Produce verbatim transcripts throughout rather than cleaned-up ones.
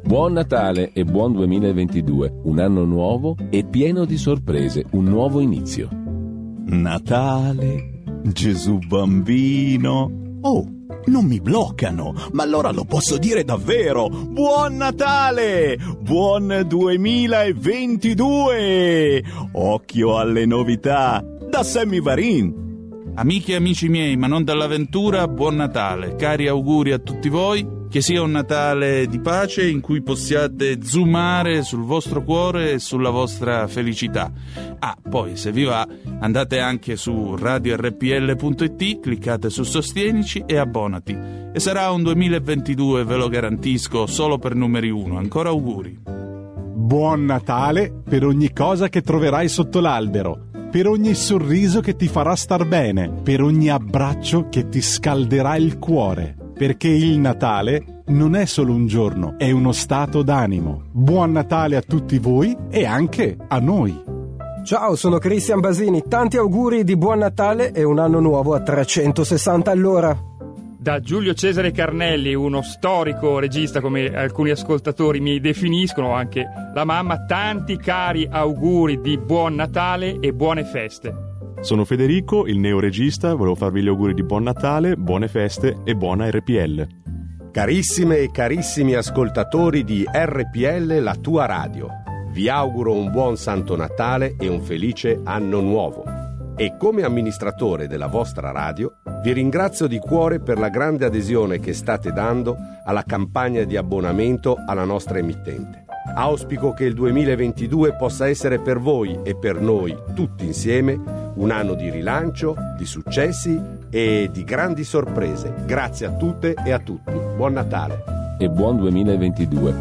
Buon Natale e buon duemilaventidue, un anno nuovo e pieno di sorprese, un nuovo inizio. Natale, Gesù bambino. Oh, non mi bloccano, ma allora lo posso dire davvero. Buon Natale, buon duemilaventidue. Occhio alle novità da Sammy Varin. Amiche e amici miei, ma non dall'avventura, buon Natale. Cari auguri a tutti voi. Che sia un Natale di pace in cui possiate zoomare sul vostro cuore e sulla vostra felicità. Ah, poi se vi va andate anche su radio erre pi elle punto it, cliccate su Sostienici e abbonati. E sarà un duemilaventidue, ve lo garantisco, solo per numeri uno. Ancora auguri. Buon Natale per ogni cosa che troverai sotto l'albero, per ogni sorriso che ti farà star bene, per ogni abbraccio che ti scalderà il cuore. Perché il Natale non è solo un giorno, è uno stato d'animo. Buon Natale a tutti voi e anche a noi. Ciao, sono Cristian Basini. Tanti auguri di buon Natale e un anno nuovo a trecentosessanta all'ora. Da Giulio Cesare Carnelli, uno storico regista come alcuni ascoltatori mi definiscono, anche la mamma, tanti cari auguri di buon Natale e buone feste. Sono Federico, il neoregista, volevo farvi gli auguri di buon Natale, buone feste e buona erre pi elle. Carissime e carissimi ascoltatori di erre pi elle, la tua radio, vi auguro un buon Santo Natale e un felice anno nuovo. E come amministratore della vostra radio, vi ringrazio di cuore per la grande adesione che state dando alla campagna di abbonamento alla nostra emittente. Auspico che il duemilaventidue possa essere per voi e per noi tutti insieme un anno di rilancio, di successi e di grandi sorprese. Grazie a tutte e a tutti. Buon Natale e buon duemilaventidue.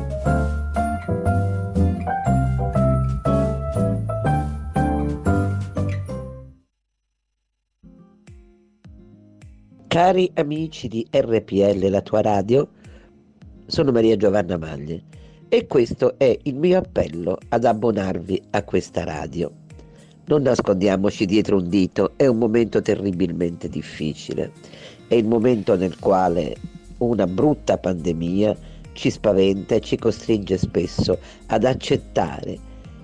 Cari amici di erre pi elle, la tua radio, sono Maria Giovanna Maglie e questo è il mio appello ad abbonarvi a questa radio. Non nascondiamoci dietro un dito, è un momento terribilmente difficile, è il momento nel quale una brutta pandemia ci spaventa e ci costringe spesso ad accettare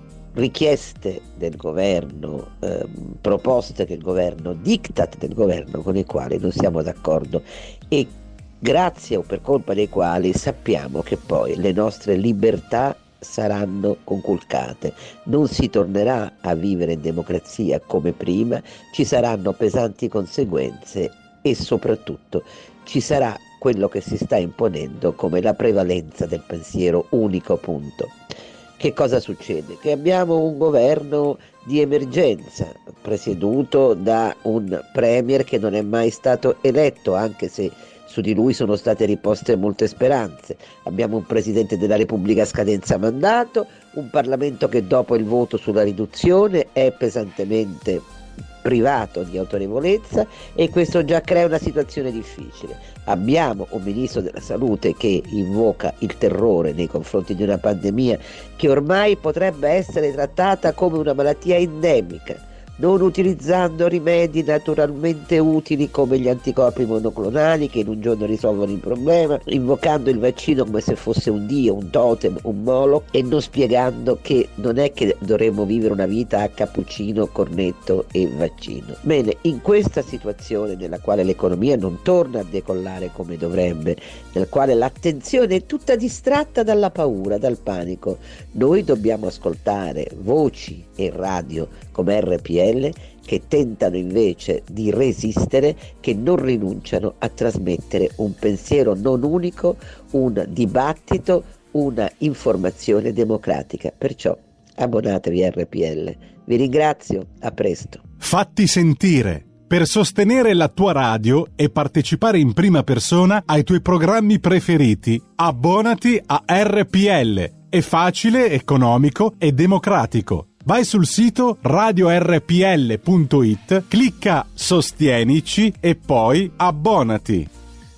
richieste del governo, eh, proposte del governo, diktat del governo con i quali non siamo d'accordo e grazie o per colpa dei quali sappiamo che poi le nostre libertà saranno conculcate, non si tornerà a vivere in democrazia come prima, ci saranno pesanti conseguenze e soprattutto ci sarà quello che si sta imponendo come la prevalenza del pensiero unico, punto. Che cosa succede? Che abbiamo un governo di emergenza presieduto da un premier che non è mai stato eletto, anche se su di lui sono state riposte molte speranze. Abbiamo un Presidente della Repubblica a scadenza mandato, un Parlamento che dopo il voto sulla riduzione è pesantemente privato di autorevolezza e questo già crea una situazione difficile. Abbiamo un Ministro della Salute che invoca il terrore nei confronti di una pandemia che ormai potrebbe essere trattata come una malattia endemica, non utilizzando rimedi naturalmente utili come gli anticorpi monoclonali che in un giorno risolvono il problema, invocando il vaccino come se fosse un dio, un totem, un moloch e non spiegando che non è che dovremmo vivere una vita a cappuccino, cornetto e vaccino. Bene, in questa situazione nella quale l'economia non torna a decollare come dovrebbe, nel quale l'attenzione è tutta distratta dalla paura, dal panico, noi dobbiamo ascoltare voci e radio come erre pi elle che tentano invece di resistere, che non rinunciano a trasmettere un pensiero non unico, un dibattito, una informazione democratica. Perciò abbonatevi a erre pi elle. Vi ringrazio, a presto. Fatti sentire. Per sostenere la tua radio e partecipare in prima persona ai tuoi programmi preferiti, abbonati a erre pi elle. È facile, economico e democratico. Vai sul sito radio erre pi elle punto it, clicca Sostienici e poi abbonati.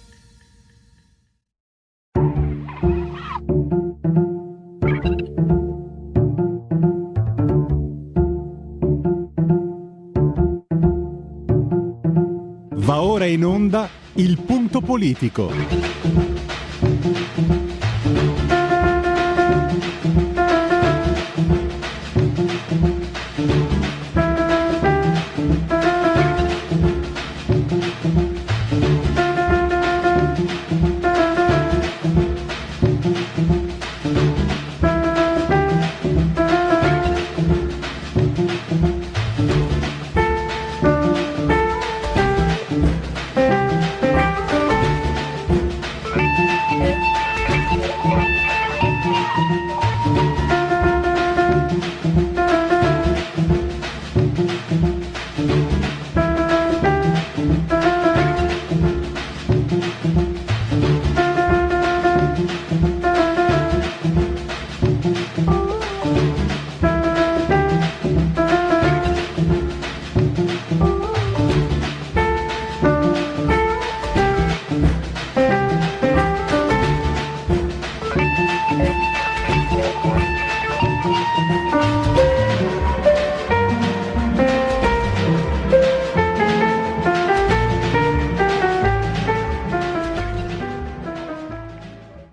Va ora in onda il punto politico.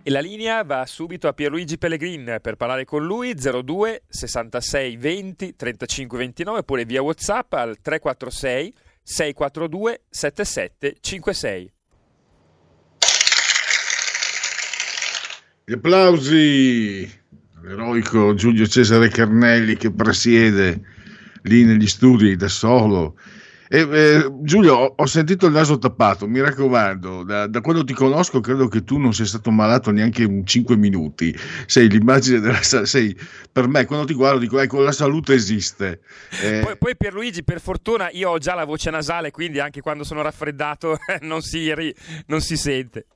E la linea va subito a Pierluigi Pellegrin per parlare con lui, zero due sessantasei venti trentacinque ventinove, oppure via WhatsApp al tre quattro sei sei quattro due sette sette cinque sei. Gli applausi all'eroico Giulio Cesare Carnelli che presiede lì negli studi da solo. E, eh, Giulio, ho, ho sentito il naso tappato, mi raccomando, da, da quando ti conosco credo che tu non sia stato malato neanche un cinque minuti, sei l'immagine della sei, per me quando ti guardo dico ecco la salute esiste. Eh... Poi, poi Pierluigi, per fortuna io ho già la voce nasale, quindi anche quando sono raffreddato non si, ri, non si sente.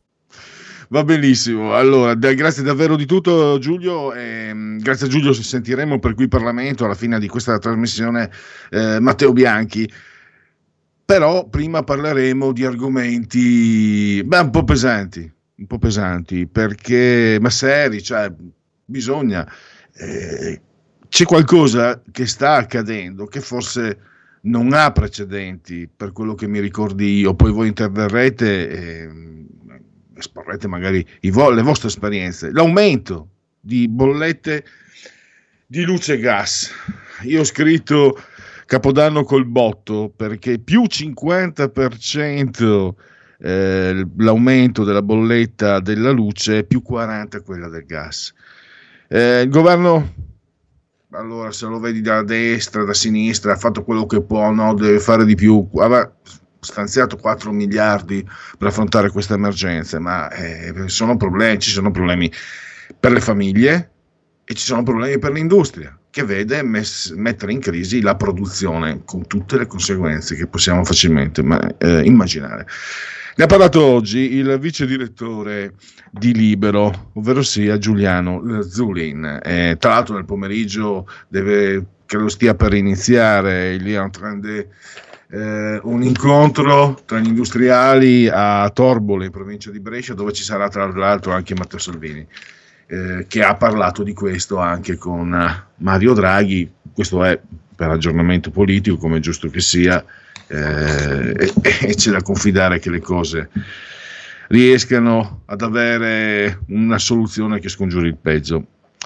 Va benissimo, allora da, grazie davvero di tutto Giulio, e, grazie a Giulio ci sentiremo per qui Parlamento alla fine di questa trasmissione eh, Matteo Bianchi, però prima parleremo di argomenti beh, un po' pesanti, un po' pesanti perché ma seri, cioè bisogna, eh, c'è qualcosa che sta accadendo che forse non ha precedenti per quello che mi ricordi io, poi voi interverrete e esporrete magari i vo- le vostre esperienze. L'aumento di bollette di luce e gas. Io ho scritto Capodanno col botto perché più cinquanta per cento eh, l'aumento della bolletta della luce, più quaranta per cento quella del gas. Eh, il governo, allora se lo vedi da destra, da sinistra, ha fatto quello che può, no, deve fare di più. Aveva stanziato quattro miliardi per affrontare queste emergenze, ma eh, sono problemi, ci sono problemi per le famiglie e ci sono problemi per l'industria che vede mess- mettere in crisi la produzione con tutte le conseguenze che possiamo facilmente ma, eh, immaginare. Ne ha parlato oggi il vice direttore di Libero, ovvero sia Giuliano Zulin. Eh, tra l'altro nel pomeriggio deve, credo stia per iniziare il en train de Eh, un incontro tra gli industriali a Torbole in provincia di Brescia, dove ci sarà tra l'altro anche Matteo Salvini, eh, che ha parlato di questo anche con Mario Draghi. Questo è per aggiornamento politico, come è giusto che sia, eh, e, e c'è da confidare che le cose riescano ad avere una soluzione che scongiuri il peggio.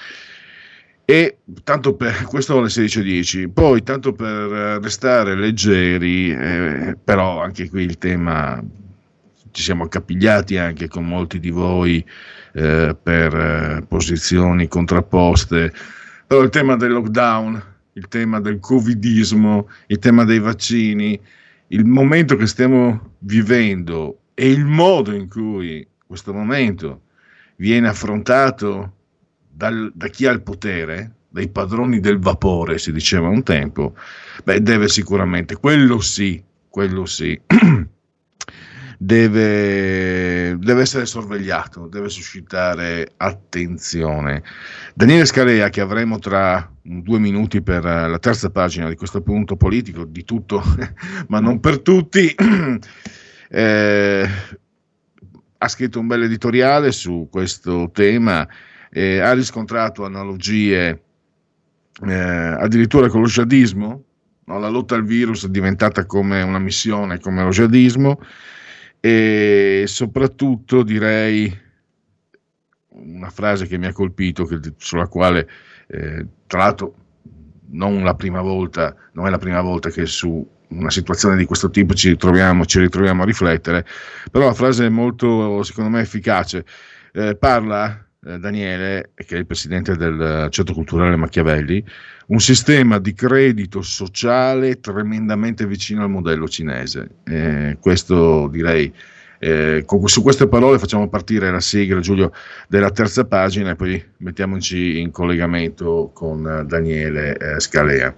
E tanto per questo alle sedici e dieci, poi tanto per restare leggeri, eh, però anche qui il tema, ci siamo accapigliati anche con molti di voi eh, per eh, posizioni contrapposte, però il tema del lockdown, il tema del covidismo, il tema dei vaccini, il momento che stiamo vivendo e il modo in cui questo momento viene affrontato Dal, da chi ha il potere, dai padroni del vapore, si diceva un tempo, beh, deve sicuramente, quello sì, quello sì, deve, deve essere sorvegliato, deve suscitare attenzione. Daniele Scalea, che avremo tra due minuti per la terza pagina di questo punto politico, di tutto, ma non per tutti, eh, ha scritto un bel editoriale su questo tema. Eh, ha riscontrato analogie eh, addirittura con lo jihadismo, no? La lotta al virus è diventata come una missione, come lo jihadismo, e soprattutto direi una frase che mi ha colpito, che, sulla quale eh, tra l'altro non la prima volta, non è la prima volta che su una situazione di questo tipo ci ritroviamo, ci ritroviamo a riflettere, però la frase è molto, secondo me, efficace. Eh, parla Daniele, che è il presidente del Centro Culturale Machiavelli, un sistema di credito sociale tremendamente vicino al modello cinese. Eh, questo direi, eh, con, su queste parole facciamo partire la sigla, Giulio, della terza pagina e poi mettiamoci in collegamento con Daniele eh, Scalea.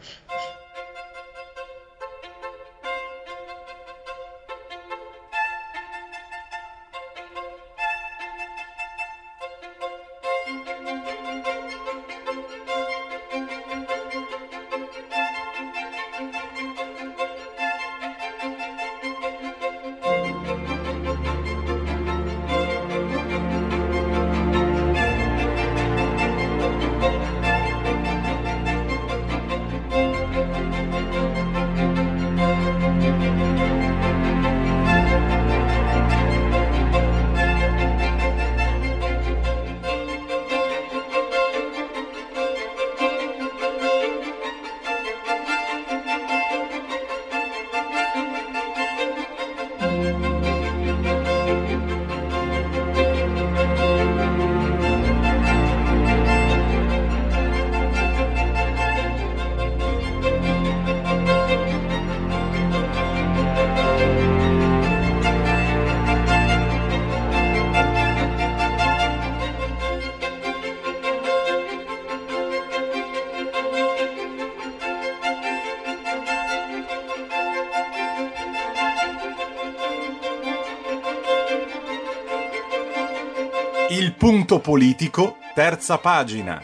Il punto politico, terza pagina.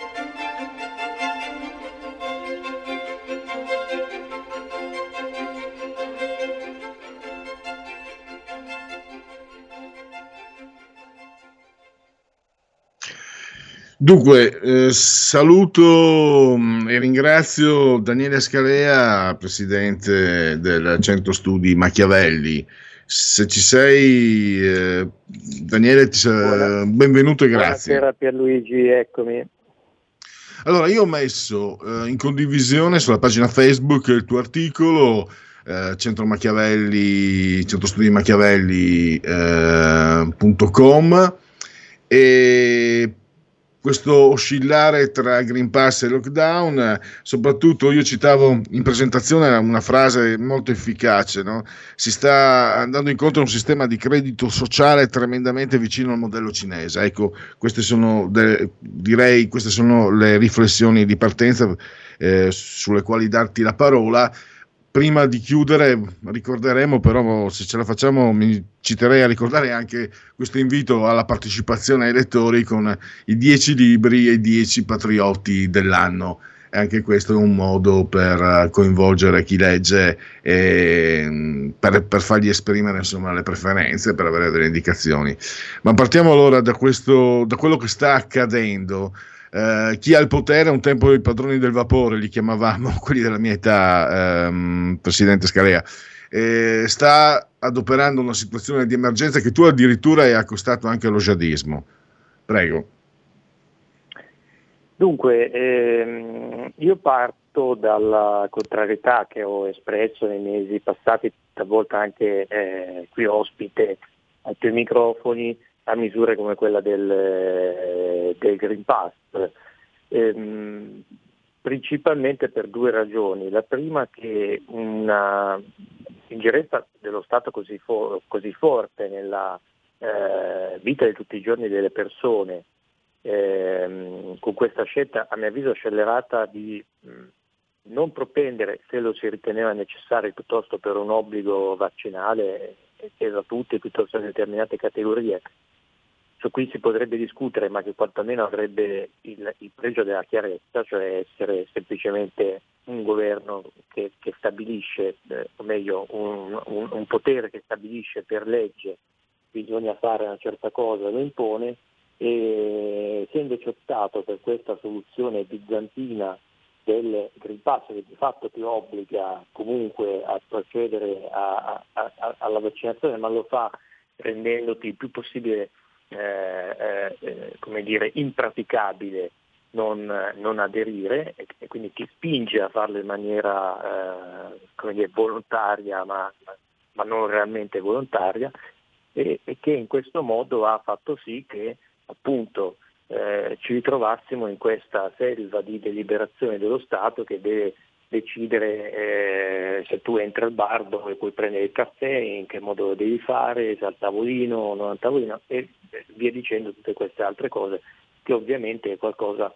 Dunque, eh, saluto mh, e ringrazio Daniele Scalea, presidente del Centro Studi Machiavelli. Se ci sei, eh, Daniele, ti sa- benvenuto e grazie. Buonasera Pierluigi, eccomi. Allora, io ho messo eh, in condivisione sulla pagina Facebook il tuo articolo, eh, Centro Machiavelli, Centro Studi Machiavelli eh, punto com, e questo oscillare tra Green Pass e lockdown, eh, soprattutto io citavo in presentazione una frase molto efficace, no? Si sta andando incontro a un sistema di credito sociale tremendamente vicino al modello cinese. Ecco, queste sono de- direi queste sono le riflessioni di partenza eh, sulle quali darti la parola. Prima di chiudere ricorderemo, però se ce la facciamo mi citerei a ricordare anche questo invito alla partecipazione ai lettori con i dieci libri e i dieci patriotti dell'anno. E anche questo è un modo per coinvolgere chi legge e per, per fargli esprimere insomma le preferenze, per avere delle indicazioni. Ma partiamo allora da questo, da quello che sta accadendo. Uh, chi ha il potere, un tempo i padroni del vapore li chiamavamo, quelli della mia età, um, presidente Scalea, eh, sta adoperando una situazione di emergenza che tu addirittura hai accostato anche allo jihadismo. Prego. Dunque, ehm, io parto dalla contrarietà che ho espresso nei mesi passati, talvolta anche eh, qui ospite ai tuoi microfoni, a misure come quella del, del Green Pass, ehm, principalmente per due ragioni. La prima, che una ingerenza dello Stato così, fo- così forte nella eh, vita di tutti i giorni delle persone, ehm, con questa scelta a mio avviso scellerata di mh, non propendere, se lo si riteneva necessario, piuttosto per un obbligo vaccinale esteso a tutti, piuttosto a determinate categorie. Su cui si potrebbe discutere, ma che quantomeno avrebbe il, il pregio della chiarezza, cioè essere semplicemente un governo che, che stabilisce, eh, o meglio un, un, un potere che stabilisce per legge bisogna fare una certa cosa, lo impone, e si è invece optato per questa soluzione bizantina del Green Pass, che di fatto ti obbliga comunque a procedere a, a, a, alla vaccinazione, ma lo fa rendendoti il più possibile Eh, eh, come dire, impraticabile non, non aderire, e, e quindi ti spinge a farlo in maniera eh, come dire, volontaria, ma, ma non realmente volontaria, e, e che in questo modo ha fatto sì che appunto eh, ci ritrovassimo in questa selva di deliberazione dello Stato che deve decidere eh, se tu entri al bar dove puoi prendere il caffè, in che modo lo devi fare, se al tavolino o non al tavolino, e via dicendo tutte queste altre cose, che ovviamente è qualcosa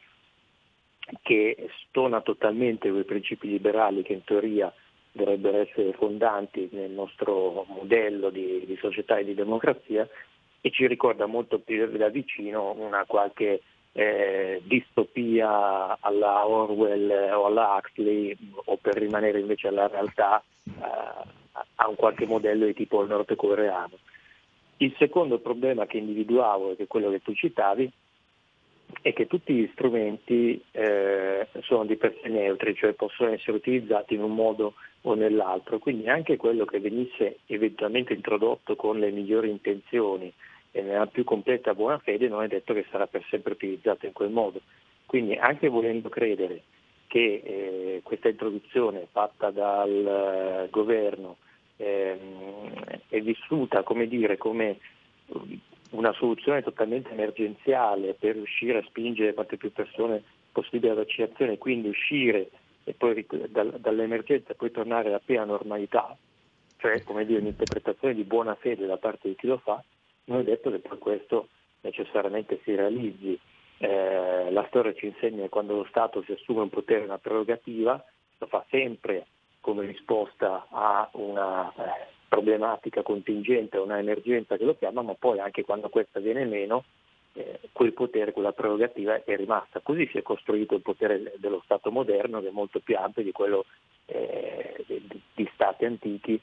che stona totalmente quei principi liberali che in teoria dovrebbero essere fondanti nel nostro modello di, di società e di democrazia, e ci ricorda molto più da vicino una qualche Eh, distopia alla Orwell o alla Huxley, o per rimanere invece alla realtà eh, a un qualche modello di tipo nordcoreano. Il secondo problema che individuavo, e che è quello che tu citavi, è che tutti gli strumenti eh, sono di per sé neutri, cioè possono essere utilizzati in un modo o nell'altro, quindi anche quello che venisse eventualmente introdotto con le migliori intenzioni e nella più completa buona fede non è detto che sarà per sempre utilizzato in quel modo. Quindi anche volendo credere che eh, questa introduzione fatta dal eh, governo ehm, è vissuta, come dire, come una soluzione totalmente emergenziale per riuscire a spingere quante più persone possibile alla vaccinazione, quindi uscire e poi dall'emergenza e poi tornare alla piena normalità, cioè come dire un'interpretazione di buona fede da parte di chi lo fa, non è detto che poi questo necessariamente si realizzi. Eh, la storia ci insegna che quando lo Stato si assume un potere, una prerogativa, lo fa sempre come risposta a una eh, problematica contingente, a una emergenza che lo chiama, ma poi anche quando questa viene meno eh, quel potere, quella prerogativa è rimasta. Così si è costruito il potere dello Stato moderno, che è molto più ampio di quello eh, di, di stati antichi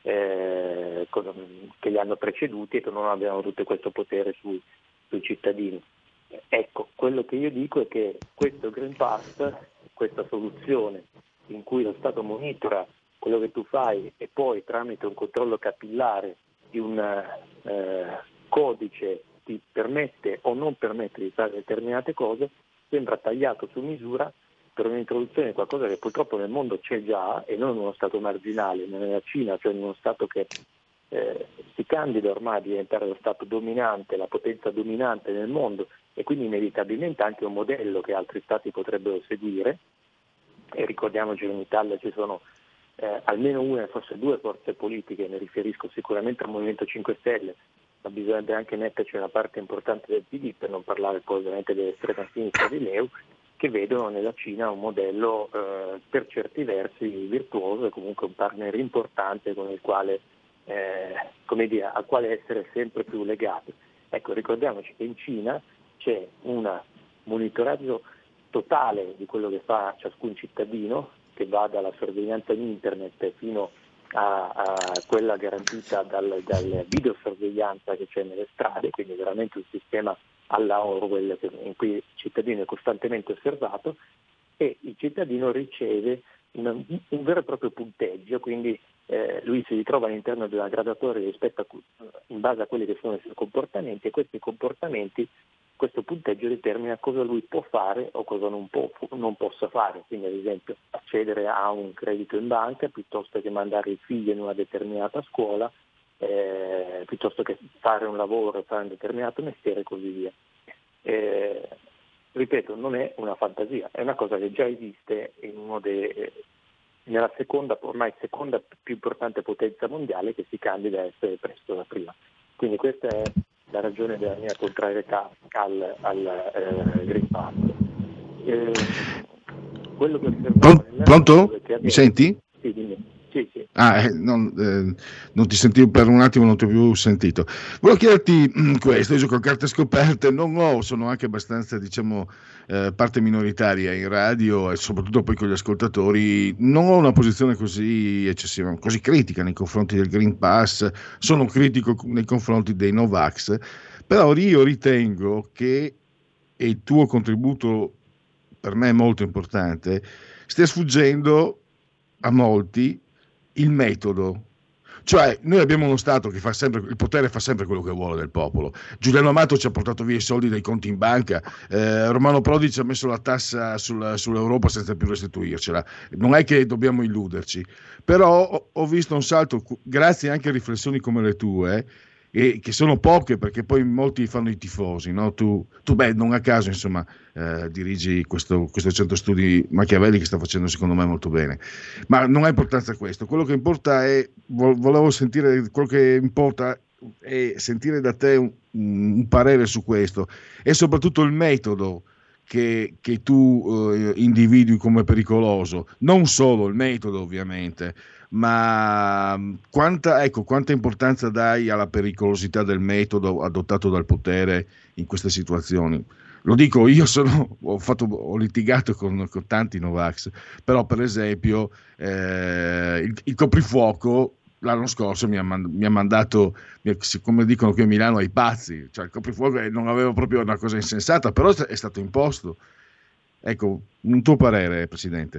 eh, con, che li hanno preceduti e che non abbiano tutto questo potere sui, sui cittadini. Ecco, quello che io dico è che questo Green Pass, questa soluzione in cui lo Stato monitora quello che tu fai e poi tramite un controllo capillare di un eh, codice ti permette o non permette di fare determinate cose, sembra tagliato su misura per un'introduzione di qualcosa che purtroppo nel mondo c'è già e non in uno Stato marginale, nella Cina, cioè in uno Stato che eh, si candida ormai a diventare lo Stato dominante, la potenza dominante nel mondo e quindi inevitabilmente anche un modello che altri Stati potrebbero seguire. E ricordiamoci che in Italia ci sono eh, almeno una, forse due forze politiche, mi riferisco sicuramente al Movimento cinque Stelle, ma bisognerebbe anche metterci una parte importante del P D, per non parlare poi ovviamente dell'estrema sinistra di Leu, che vedono nella Cina un modello eh, per certi versi virtuoso e comunque un partner importante con il quale, eh, come dire, al quale essere sempre più legati. Ecco, ricordiamoci che in Cina c'è un monitoraggio totale di quello che fa ciascun cittadino, che va dalla sorveglianza in internet fino a, a quella garantita dal, dal videosorveglianza che c'è nelle strade, quindi veramente un sistema alla Orwell in cui il cittadino è costantemente osservato e il cittadino riceve una, un vero e proprio punteggio, quindi eh, lui si ritrova all'interno di una graduatoria rispetto a, in base a quelli che sono i suoi comportamenti, e questi comportamenti, questo punteggio determina cosa lui può fare o cosa non, può, non possa fare, quindi ad esempio accedere a un credito in banca piuttosto che mandare il figlio in una determinata scuola, eh, piuttosto che fare un lavoro, fare un determinato mestiere e così via. Eh, ripeto, non è una fantasia, è una cosa che già esiste in uno dei, nella seconda, ormai seconda più importante potenza mondiale che si candida a essere presto la prima. Quindi questa è la ragione della mia contrarietà al, al eh, Green Pass. Eh, quello che osservavo Pronto? Pronto? Mi senti? Sì, dimmi. Sì, sì. Ah, eh, non, eh, non ti sentivo per un attimo, non ti ho più sentito. Volevo chiederti mh, questo, io gioco a carte scoperte, non ho, sono anche abbastanza, diciamo, eh, parte minoritaria in radio e soprattutto poi con gli ascoltatori, non ho una posizione così eccessiva, così critica nei confronti del Green Pass, sono critico nei confronti dei Novax, però io ritengo che, e il tuo contributo per me è molto importante, stia sfuggendo a molti il metodo. Cioè, noi abbiamo uno Stato che fa sempre, il potere fa sempre quello che vuole del popolo. Giuliano Amato ci ha portato via i soldi dai conti in banca, eh, Romano Prodi ci ha messo la tassa sul, sull'Europa senza più restituircela. Non è che dobbiamo illuderci, però ho, ho visto un salto, grazie anche a riflessioni come le tue, e che sono poche perché poi molti fanno i tifosi, no? Tu, tu beh, non a caso, insomma, eh, dirigi questo, questo centro studi Machiavelli che sta facendo secondo me molto bene, ma non ha importanza questo. Quello che importa è, volevo sentire, quello che importa è sentire da te un, un parere su questo e soprattutto il metodo che, che tu eh, individui come pericoloso, non solo il metodo ovviamente, ma quanta, ecco, quanta importanza dai alla pericolosità del metodo adottato dal potere in queste situazioni? Lo dico, io sono, ho, fatto, ho litigato con, con tanti Novax, però per esempio eh, il, il coprifuoco l'anno scorso mi ha, mi ha mandato, come dicono qui a Milano, ai pazzi, cioè il coprifuoco non aveva proprio una cosa insensata, però è stato imposto. Ecco, un tuo parere, Presidente.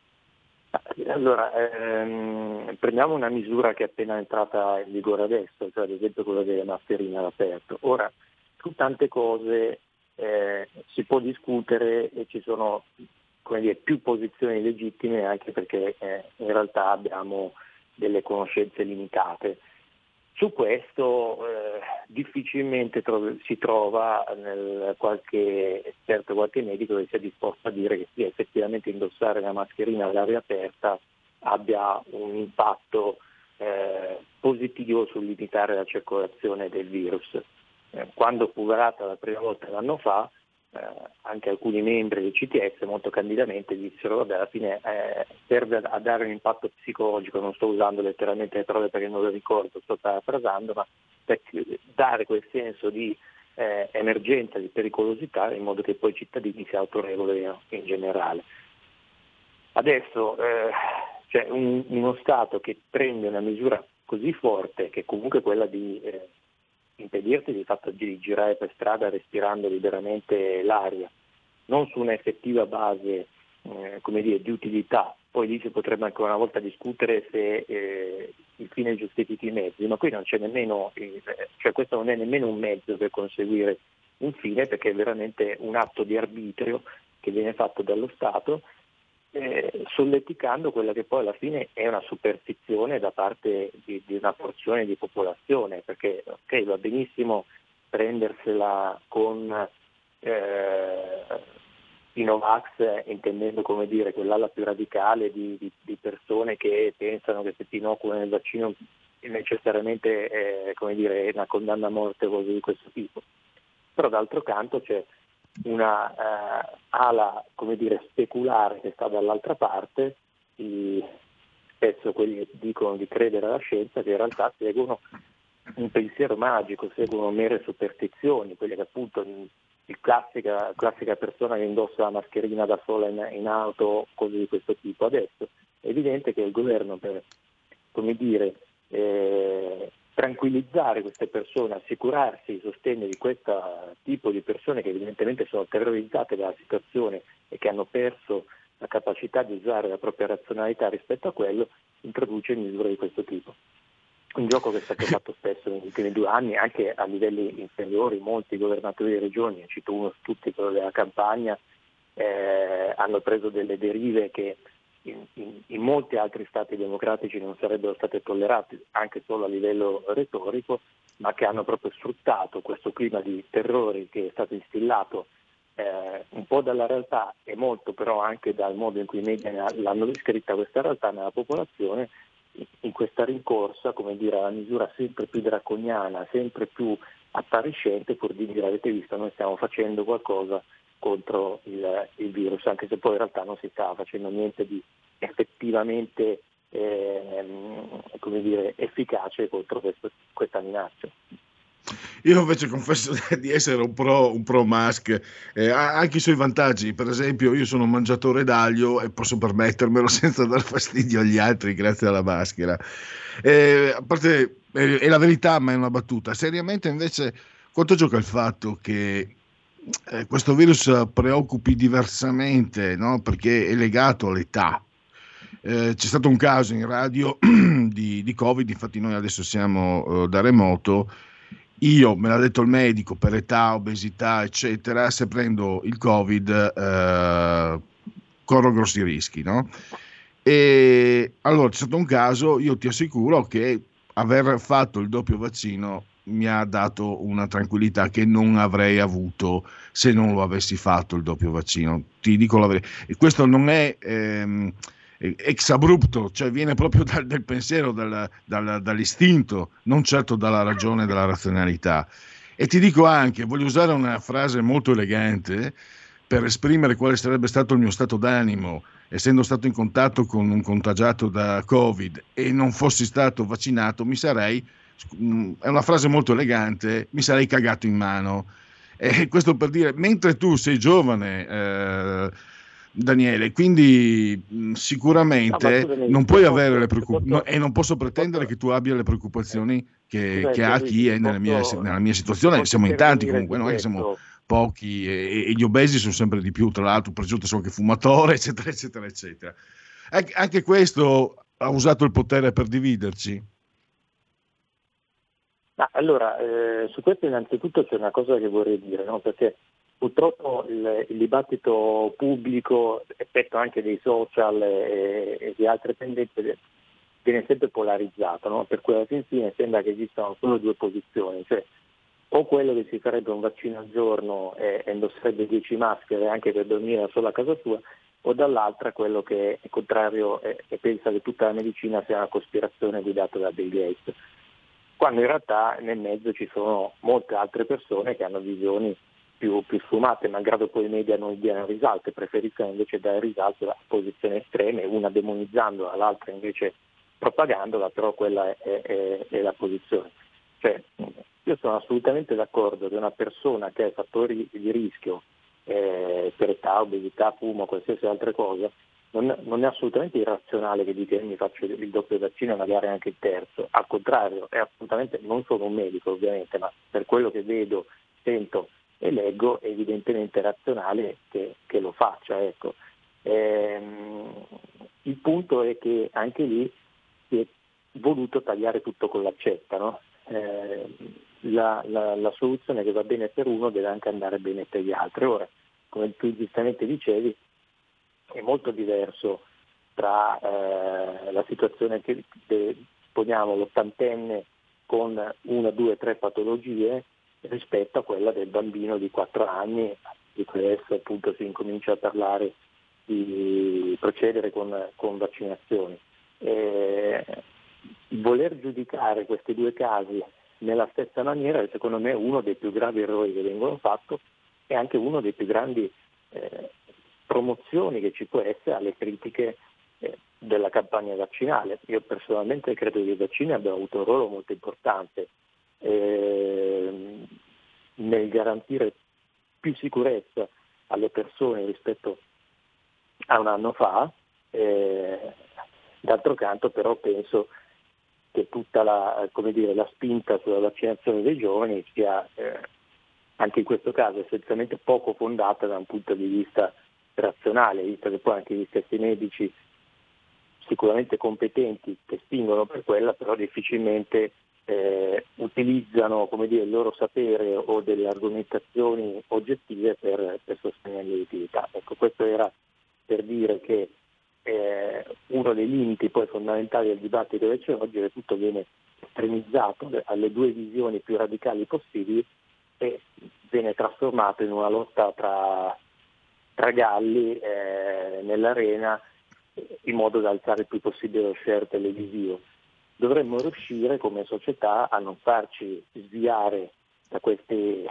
Allora, ehm, prendiamo una misura che è appena entrata in vigore adesso, cioè ad esempio quella delle mascherine all'aperto. Ora, su tante cose eh, si può discutere e ci sono, come dire, più posizioni legittime, anche perché eh, in realtà abbiamo delle conoscenze limitate. Su questo eh, difficilmente tro- si trova nel qualche esperto, qualche medico che sia disposto a dire che sì, effettivamente indossare una mascherina all'aria aperta abbia un impatto eh, positivo sul limitare la circolazione del virus. Eh, quando fu varata la prima volta l'anno fa, eh, anche alcuni membri del C T S molto candidamente dissero vabbè, alla fine eh, serve a, a dare un impatto psicologico, non sto usando letteralmente le parole perché non le ricordo, sto parafrasando, ma per dare quel senso di eh, emergenza di pericolosità, in modo che poi i cittadini si autoregolino in generale. Adesso eh, c'è un, uno Stato che prende una misura così forte, che comunque è quella di eh, impedirti di fatto di girare per strada respirando liberamente l'aria, non su un'effettiva base eh, come dire, di utilità. Poi lì si potrebbe ancora una volta discutere se eh, il fine giustifichi i mezzi, ma qui non c'è nemmeno, eh, cioè questo non è nemmeno un mezzo per conseguire un fine, perché è veramente un atto di arbitrio che viene fatto dallo Stato, eh, solleticando quella che poi alla fine è una superstizione da parte di, di una porzione di popolazione, perché ok, va benissimo prendersela con eh, i Novax, intendendo come dire quell'ala più radicale di, di, di persone che pensano che se ti inoculano il vaccino necessariamente eh, come dire, è una condanna a morte o cose di questo tipo. Però d'altro canto c'è una eh, ala come dire speculare che sta dall'altra parte, i, spesso quelli che dicono di credere alla scienza, che in realtà seguono un pensiero magico, seguono mere superstizioni, quelle che appunto il classica, classica persona che indossa la mascherina da sola in, in auto, cose di questo tipo. Adesso è evidente che il governo, per come dire eh, tranquillizzare queste persone, assicurarsi il sostegno di questo tipo di persone che evidentemente sono terrorizzate dalla situazione e che hanno perso la capacità di usare la propria razionalità rispetto a quello, introduce misure di questo tipo. Un gioco che è stato fatto spesso negli ultimi due anni, anche a livelli inferiori. Molti governatori di regioni, cito uno su tutti, quello della Campania, eh, hanno preso delle derive che in, in, in molti altri stati democratici non sarebbero state tollerate, anche solo a livello retorico, ma che hanno proprio sfruttato questo clima di terrore che è stato instillato eh, un po' dalla realtà e molto però anche dal modo in cui i media l'hanno descritta questa realtà nella popolazione, in questa rincorsa, come dire, alla misura sempre più draconiana, sempre più appariscente, pur di dire: avete visto, noi stiamo facendo qualcosa contro il, il virus, anche se poi in realtà non si stava facendo niente di effettivamente eh, come dire, efficace contro questo, questa minaccia. Io invece confesso di essere un pro, un pro mask, eh, ha anche i suoi vantaggi. Per esempio, io sono un mangiatore d'aglio e posso permettermelo senza dar fastidio agli altri grazie alla maschera. Eh, a parte, eh, è la verità, ma è una battuta. Seriamente invece, quanto gioca il fatto che eh, questo virus preoccupi diversamente, no? Perché è legato all'età. Eh, c'è stato un caso in radio di, di Covid, infatti noi adesso siamo uh, da remoto. Io, me l'ha detto il medico, per età, obesità, eccetera, se prendo il Covid eh, corro grossi rischi, no? E allora c'è stato un caso, io ti assicuro che aver fatto il doppio vaccino mi ha dato una tranquillità che non avrei avuto se non lo avessi fatto il doppio vaccino. Ti dico la verità. E questo non è ehm, ex abrupto, cioè viene proprio dal, dal pensiero, dal, dal, dall'istinto, non certo dalla ragione, dalla razionalità. E ti dico anche, voglio usare una frase molto elegante per esprimere quale sarebbe stato il mio stato d'animo essendo stato in contatto con un contagiato da Covid e non fossi stato vaccinato. Mi sarei, è una frase molto elegante, mi sarei cagato in mano. E questo per dire, mentre tu sei giovane, eh, Daniele, quindi mh, sicuramente no, non puoi avere le preoccupazioni no, e non posso pretendere che tu abbia le preoccupazioni che, che ha chi è nella mia, nella mia situazione. Siamo in tanti comunque, non è che siamo pochi e, e gli obesi sono sempre di più, tra l'altro, per giù sono anche fumatore, eccetera, eccetera, eccetera. Anche, anche questo ha usato il potere per dividerci. Ma allora, eh, su questo innanzitutto c'è una cosa che vorrei dire, no? Perché purtroppo il, il dibattito pubblico, effetto anche dei social e, e di altre tendenze, viene sempre polarizzato, no? Per cui alla fine sembra che esistano solo due posizioni, cioè o quello che si farebbe un vaccino al giorno e, e indosserebbe dieci maschere anche per dormire solo a casa sua, o dall'altra quello che è contrario e, e pensa che tutta la medicina sia una cospirazione guidata da Bill Gates, quando in realtà nel mezzo ci sono molte altre persone che hanno visioni più, più sfumate, malgrado poi i media non diano risalto, preferiscono invece dare risalto a posizioni estreme, una demonizzandola, l'altra invece propagandola, però quella è, è, è la posizione. Cioè, io sono assolutamente d'accordo che una persona che ha fattori di rischio eh, per età, obesità, fumo, qualsiasi altra cosa, non, non è assolutamente irrazionale che dica io mi faccio il doppio vaccino e magari anche il terzo. Al contrario, è assolutamente, non sono un medico ovviamente, ma per quello che vedo, sento e leggo è evidentemente razionale che, che lo faccia. Ecco. Ehm, il punto è che anche lì si è voluto tagliare tutto con l'accetta, no? Eh, la, la, la soluzione che va bene per uno deve anche andare bene per gli altri. Ora, come tu giustamente dicevi, è molto diverso tra eh, la situazione che de, poniamo l'ottantenne con una, due, tre patologie rispetto a quella del bambino di quattro anni, di cui adesso appunto si incomincia a parlare di procedere con, con vaccinazioni. Eh, voler giudicare questi due casi nella stessa maniera è secondo me uno dei più gravi errori che vengono fatti e anche uno dei più grandi eh, promozioni che ci può essere alle critiche eh, della campagna vaccinale. Io personalmente credo che i vaccini abbiano avuto un ruolo molto importante eh, nel garantire più sicurezza alle persone rispetto a un anno fa. Eh, d'altro canto però penso che tutta la, come dire, la spinta sulla vaccinazione dei giovani sia eh, anche in questo caso essenzialmente poco fondata da un punto di vista razionale, visto che poi anche gli stessi medici sicuramente competenti che spingono per quella, però difficilmente eh, utilizzano, come dire, il loro sapere o delle argomentazioni oggettive per, per sostenere l'utilità. Ecco, questo era per dire che eh, uno dei limiti poi fondamentali del dibattito che c'è oggi è che tutto viene estremizzato alle due visioni più radicali possibili e viene trasformato in una lotta tra, tra galli eh, nell'arena, in modo da alzare il più possibile lo share televisivo. Dovremmo riuscire come società a non farci sviare da questi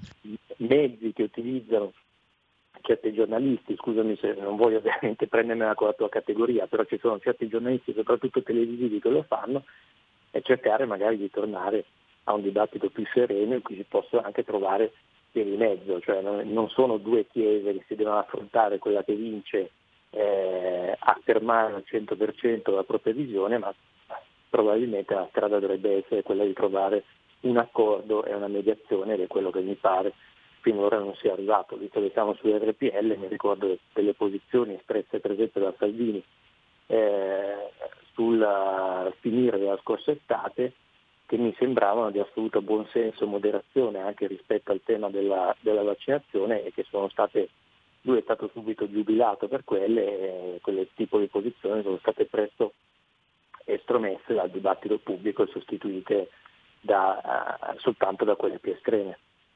mezzi che utilizzano certi giornalisti. Scusami se non voglio veramente prendermela con la tua categoria, però ci sono certi giornalisti, soprattutto televisivi, che lo fanno, e cercare magari di tornare a un dibattito più sereno in cui si possono anche trovare vie di mezzo, cioè non sono due chiese che si devono affrontare, quella che vince eh, affermare al cento per cento la propria visione, ma probabilmente la strada dovrebbe essere quella di trovare un accordo e una mediazione, ed è quello che mi pare finora non sia arrivato. Visto che siamo su R P L, mi ricordo delle posizioni espresse per esempio da Salvini eh, sul finire della scorsa estate, che mi sembravano di assoluto buonsenso e moderazione anche rispetto al tema della, della vaccinazione, e che sono state, lui è stato subito giubilato per quelle, e quelle tipo di posizioni sono state presto estromesse dal dibattito pubblico e sostituite da, uh, soltanto da quelle più estreme.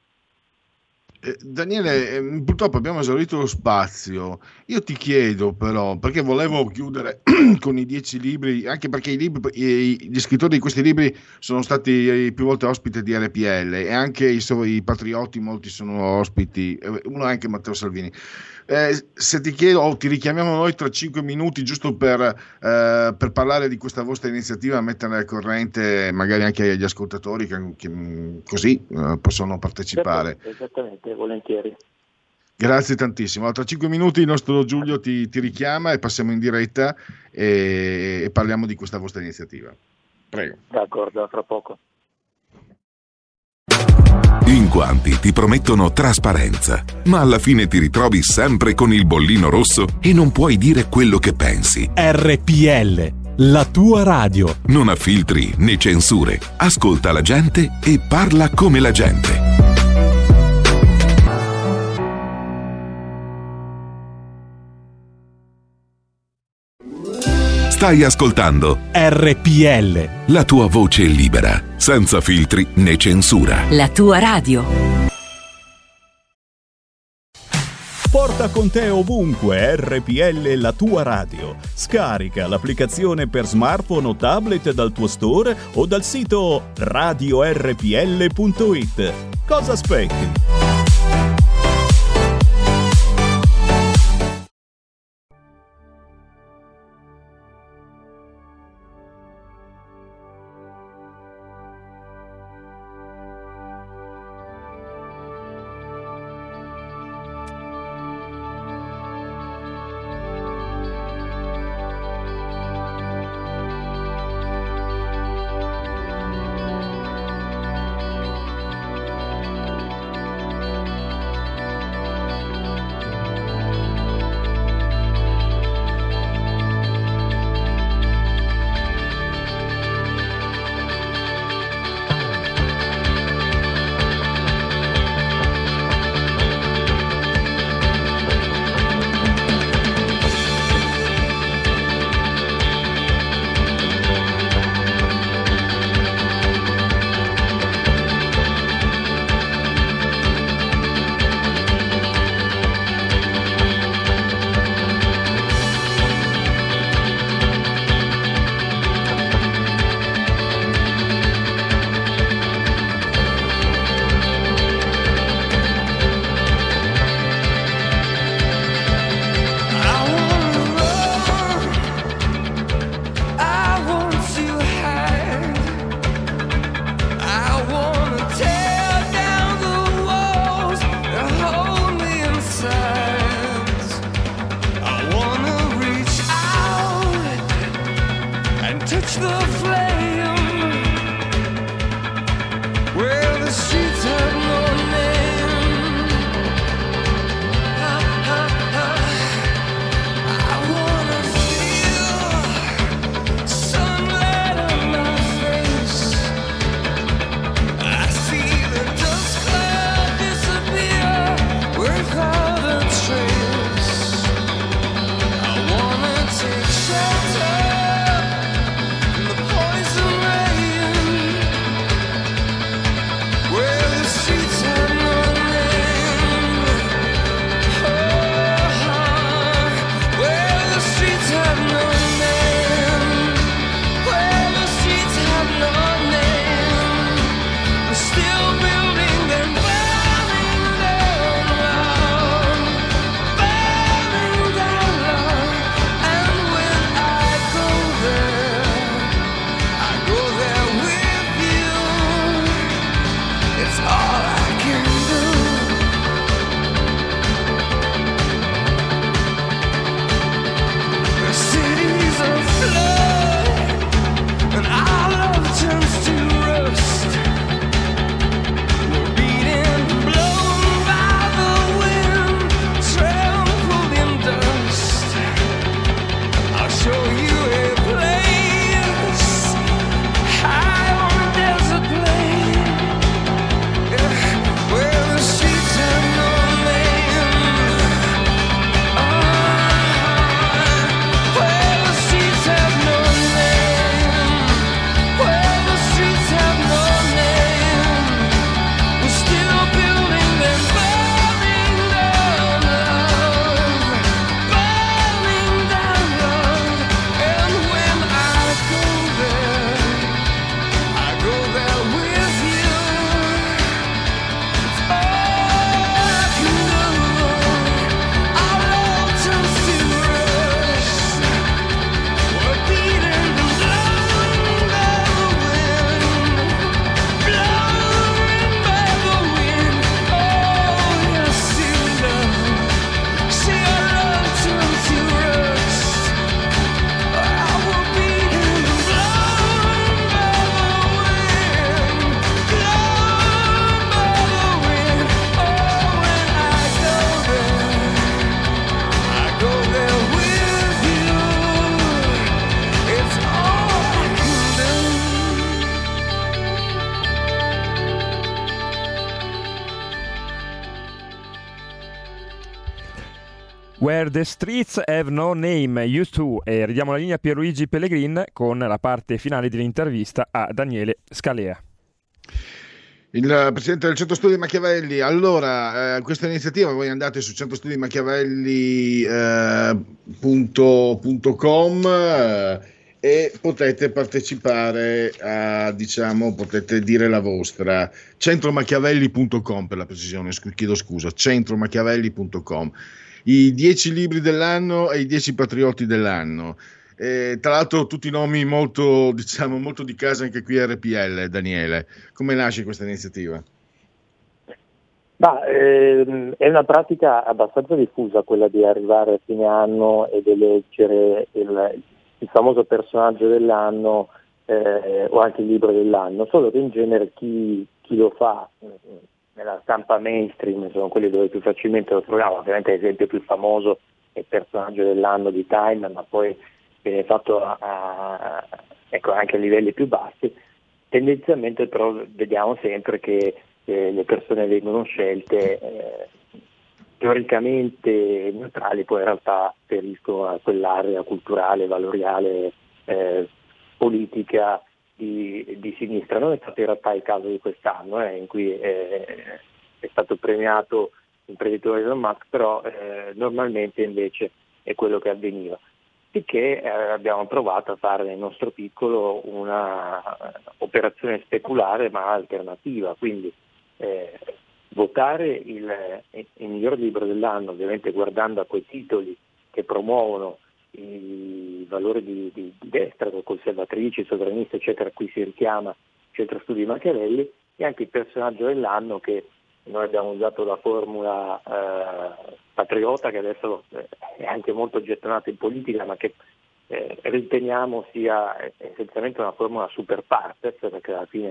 Eh, Daniele, eh, purtroppo abbiamo esaurito lo spazio. Io ti chiedo però, perché volevo chiudere con i dieci libri, anche perché i libri, i, gli scrittori di questi libri sono stati più volte ospiti di R P L, e anche i, i patrioti, molti sono ospiti, uno è anche Matteo Salvini. Eh, se ti chiedo, o ti richiamiamo noi tra cinque minuti giusto per, eh, per parlare di questa vostra iniziativa, mettere al corrente magari anche agli ascoltatori che, che così eh, possono partecipare. Esattamente, volentieri. Grazie tantissimo. Allora, tra cinque minuti il nostro Giulio ti, ti richiama e passiamo in diretta e, e parliamo di questa vostra iniziativa. Prego. D'accordo, a fra poco. In quanti ti promettono trasparenza, ma alla fine ti ritrovi sempre con il bollino rosso e non puoi dire quello che pensi. R P L, la tua radio. Non ha filtri né censure. Ascolta la gente e parla come la gente. Stai ascoltando R P L, la tua voce libera, senza filtri né censura. La tua radio. Porta con te ovunque R P L, la tua radio. Scarica l'applicazione per smartphone o tablet dal tuo store o dal sito radio r p l punto i t. Cosa aspetti? Where the Streets Have No Name, U due, e ridiamo la linea a Pierluigi Pellegrin con la parte finale dell'intervista a Daniele Scalea. Il presidente del Centro Studi Machiavelli. Allora, eh, questa iniziativa, voi andate su centrostudi machiavelli punto com eh, e potete partecipare a, diciamo, potete dire la vostra. centromachiavelli punto com per la precisione, chiedo scusa, centromachiavelli punto com. I dieci libri dell'anno e i dieci patrioti dell'anno. Eh, tra l'altro tutti nomi molto, diciamo, molto di casa anche qui a R P L. Daniele, come nasce questa iniziativa? Ma, ehm, è una pratica abbastanza diffusa quella di arrivare a fine anno ed eleggere il, il famoso personaggio dell'anno eh, o anche il libro dell'anno, solo che in genere chi, chi lo fa nella stampa mainstream sono quelli dove più facilmente lo troviamo. Ovviamente l'esempio più famoso è il personaggio dell'anno di Time, ma poi viene fatto a, a, ecco, anche a livelli più bassi. Tendenzialmente però vediamo sempre che eh, le persone vengono scelte eh, teoricamente neutrali, poi in realtà feriscono a quell'area culturale, valoriale, eh, politica di, di sinistra. Non è stato in realtà il caso di quest'anno, eh, in cui eh, è stato premiato l'imprenditore Elon Musk, però eh, normalmente invece è quello che avveniva. Che eh, abbiamo provato a fare nel nostro piccolo una uh, operazione speculare ma alternativa, quindi eh, votare il, il miglior libro dell'anno, ovviamente guardando a quei titoli che promuovono i valori di, di, di destra, conservatrici, sovranisti, eccetera, a cui si richiama Centro Studi Machiavelli, e anche il personaggio dell'anno, che noi abbiamo usato la formula eh, patriota, che adesso è anche molto gettonata in politica, ma che eh, riteniamo sia essenzialmente una formula super partes, perché alla fine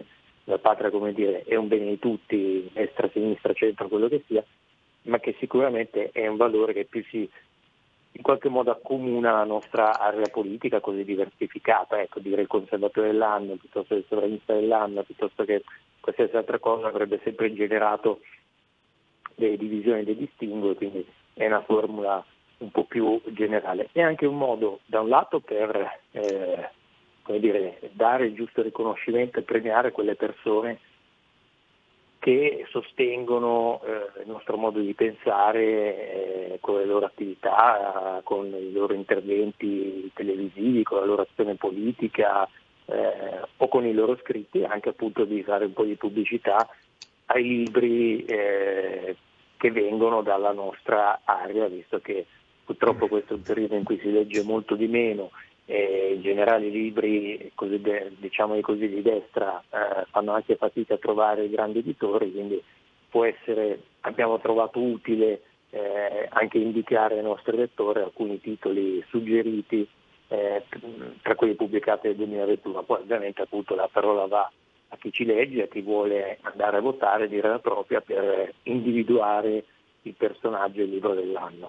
la patria, come dire, è un bene di tutti, destra, sinistra, centro, quello che sia, ma che sicuramente è un valore che più si in qualche modo accomuna la nostra area politica così diversificata. Ecco, dire il conservatore dell'anno piuttosto che il sovranista dell'anno, piuttosto che qualsiasi altra cosa, avrebbe sempre generato delle divisioni e dei distinguo, e quindi è una formula un po' più generale. È anche un modo, da un lato, per eh, come dire, dare il giusto riconoscimento e premiare quelle persone che sostengono eh, il nostro modo di pensare eh, con le loro attività, con i loro interventi televisivi, con la loro azione politica eh, o con i loro scritti, anche appunto di fare un po' di pubblicità ai libri eh, che vengono dalla nostra area, visto che purtroppo questo è un periodo in cui si legge molto di meno. E in generale i libri così de, diciamo così di destra eh, fanno anche fatica a trovare grandi editori, quindi può essere, abbiamo trovato utile eh, anche indicare ai nostri lettori alcuni titoli suggeriti eh, tra quelli pubblicati nel duemilaventuno. Poi ovviamente appunto la parola va a chi ci legge, a chi vuole andare a votare, dire la propria per individuare il personaggio e il libro dell'anno.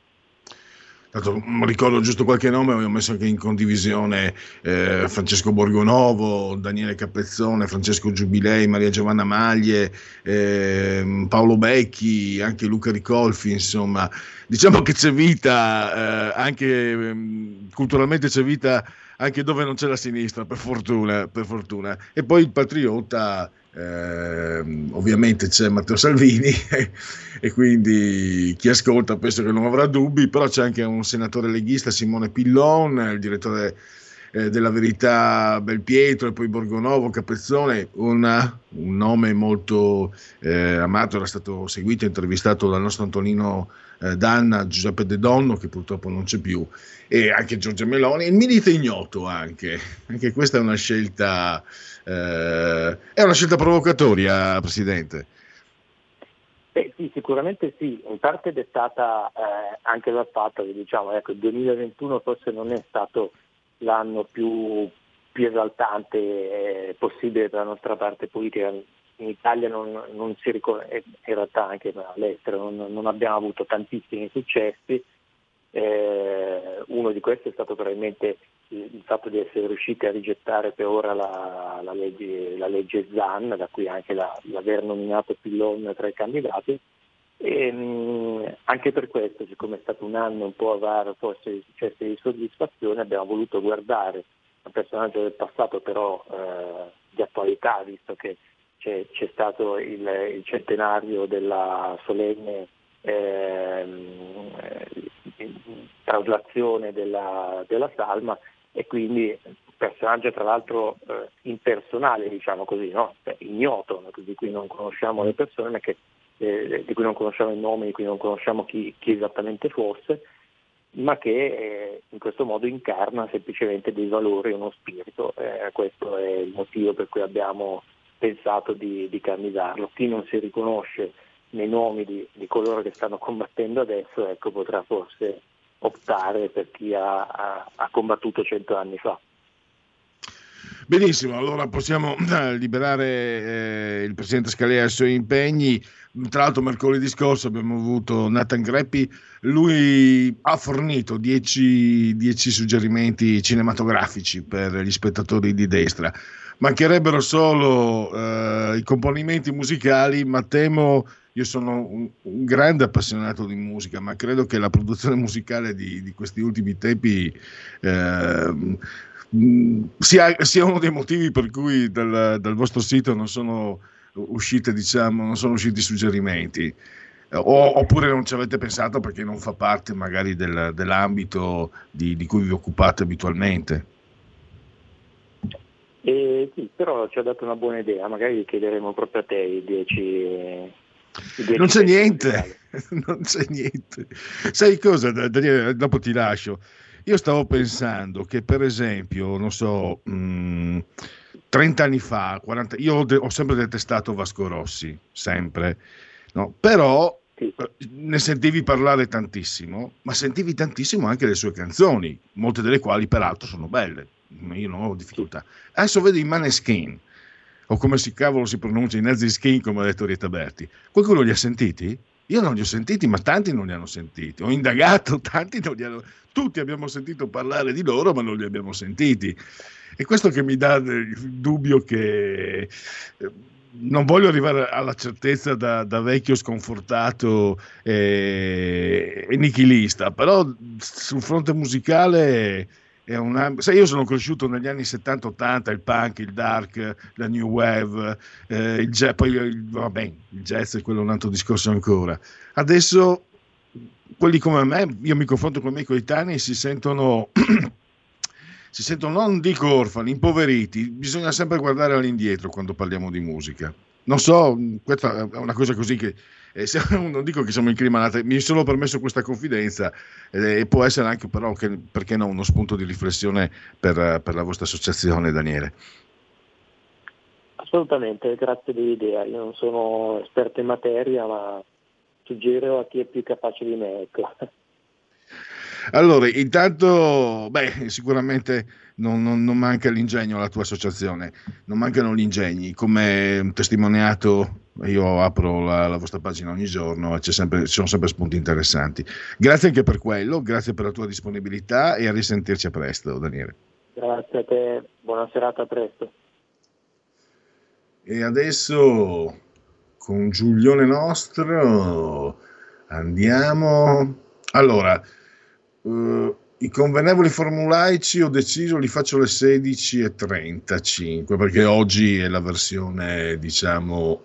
Ricordo giusto qualche nome, avevo messo anche in condivisione eh, Francesco Borgonovo, Daniele Capezzone, Francesco Giubilei, Maria Giovanna Maglie, eh, Paolo Becchi, anche Luca Ricolfi. Insomma, diciamo che c'è vita, eh, anche eh, culturalmente c'è vita anche dove non c'è la sinistra, per fortuna, per fortuna. E poi il patriota, eh, ovviamente c'è Matteo Salvini e quindi chi ascolta penso che non avrà dubbi, però c'è anche un senatore leghista, Simone Pillon, il direttore eh, della Verità Belpietro, e poi Borgonovo, Capezzone, una, un nome molto eh, amato, era stato seguito e intervistato dal nostro Antonino eh, Danna, Giuseppe De Donno, che purtroppo non c'è più, e anche Giorgia Meloni, il Milite Ignoto anche, anche questa è una scelta eh, è una scelta provocatoria, Presidente. Beh, sì, sicuramente sì, in parte dettata eh, anche dal fatto che diciamo, ecco, il duemilaventuno forse non è stato l'anno più, più esaltante eh, possibile per la nostra parte politica. In Italia non, non si ricorda, in realtà anche all'estero non, non abbiamo avuto tantissimi successi. Eh, uno di questi è stato probabilmente il, il fatto di essere riusciti a rigettare per ora la, la, legge, la legge Zan, da cui anche la, l'aver nominato Pillon tra i candidati. E, mh, anche per questo, siccome è stato un anno un po' avaro forse di successo e di soddisfazione, abbiamo voluto guardare un personaggio del passato però eh, di attualità, visto che c'è, c'è stato il, il centenario della solenne ehm, traslazione della, della salma, e quindi un personaggio tra l'altro eh, impersonale, diciamo così, no? Cioè, ignoto, no? Di cui non conosciamo le persone, ma che Eh, di cui non conosciamo il nome, di cui non conosciamo chi, chi esattamente fosse, ma che eh, in questo modo incarna semplicemente dei valori e uno spirito. Eh, questo è il motivo per cui abbiamo pensato di, di candidarlo. Chi non si riconosce nei nomi di, di coloro che stanno combattendo adesso, ecco, potrà forse optare per chi ha, ha, ha combattuto cento anni fa. Benissimo, allora possiamo liberare eh, il Presidente Scalea ai suoi impegni. Tra l'altro mercoledì scorso abbiamo avuto Nathan Greppi, lui ha fornito dieci suggerimenti cinematografici per gli spettatori di destra. Mancherebbero solo eh, i componimenti musicali, ma temo, io sono un, un grande appassionato di musica, ma credo che la produzione musicale di, di questi ultimi tempi eh, sia, sia uno dei motivi per cui dal, dal vostro sito non sono uscite, diciamo, non sono usciti suggerimenti, o, oppure non ci avete pensato perché non fa parte magari del, dell'ambito di, di cui vi occupate abitualmente. Eh, sì, però ci ha dato una buona idea, magari chiederemo proprio a te i dieci, i dieci non c'è niente, non c'è niente. Sai cosa, Daniele, dopo ti lascio. Io stavo pensando che, per esempio, non so, mh, trenta anni fa, quaranta, io ho, de- ho sempre detestato Vasco Rossi, sempre, no? Però sì, ne sentivi parlare tantissimo, ma sentivi tantissimo anche le sue canzoni, molte delle quali peraltro sono belle, io non ho difficoltà. Adesso vedo i Maneskin, o come si cavolo si pronuncia, i Nazi Skin, come ha detto Rietta Berti. Qualcuno li ha sentiti? Io non li ho sentiti, ma tanti non li hanno sentiti. Ho indagato, tanti non li hanno... Tutti abbiamo sentito parlare di loro, ma non li abbiamo sentiti. E questo che mi dà il dubbio che... Non voglio arrivare alla certezza da, da vecchio sconfortato e, e nichilista, però sul fronte musicale è una... Sai, io sono cresciuto negli anni settanta ottanta, il punk, il dark, la new wave, eh, il jazz, poi il, vabbè, il jazz è quello un altro discorso ancora. Adesso quelli come me, io mi confronto con i miei coetanei, si sentono... si sentono, non dico orfani, impoveriti. Bisogna sempre guardare all'indietro quando parliamo di musica. Non so, questa è una cosa così che eh, non dico che siamo incriminati, mi sono permesso questa confidenza eh, e può essere anche però che, perché no, uno spunto di riflessione per, per la vostra associazione, Daniele. Assolutamente, grazie dell'idea. Io non sono esperto in materia, ma suggeriro a chi è più capace di me, ecco. Allora, intanto, beh, sicuramente non, non, non manca l'ingegno alla tua associazione, non mancano gli ingegni. Come testimoniato, io apro la, la vostra pagina ogni giorno e c'è sempre, ci sono sempre spunti interessanti. Grazie anche per quello, grazie per la tua disponibilità e a risentirci a presto, Daniele. Grazie a te, buona serata, a presto. E adesso, con Giulione nostro, andiamo... Allora... Uh, i convenevoli formulaici ho deciso li faccio alle sedici e trentacinque perché oggi è la versione diciamo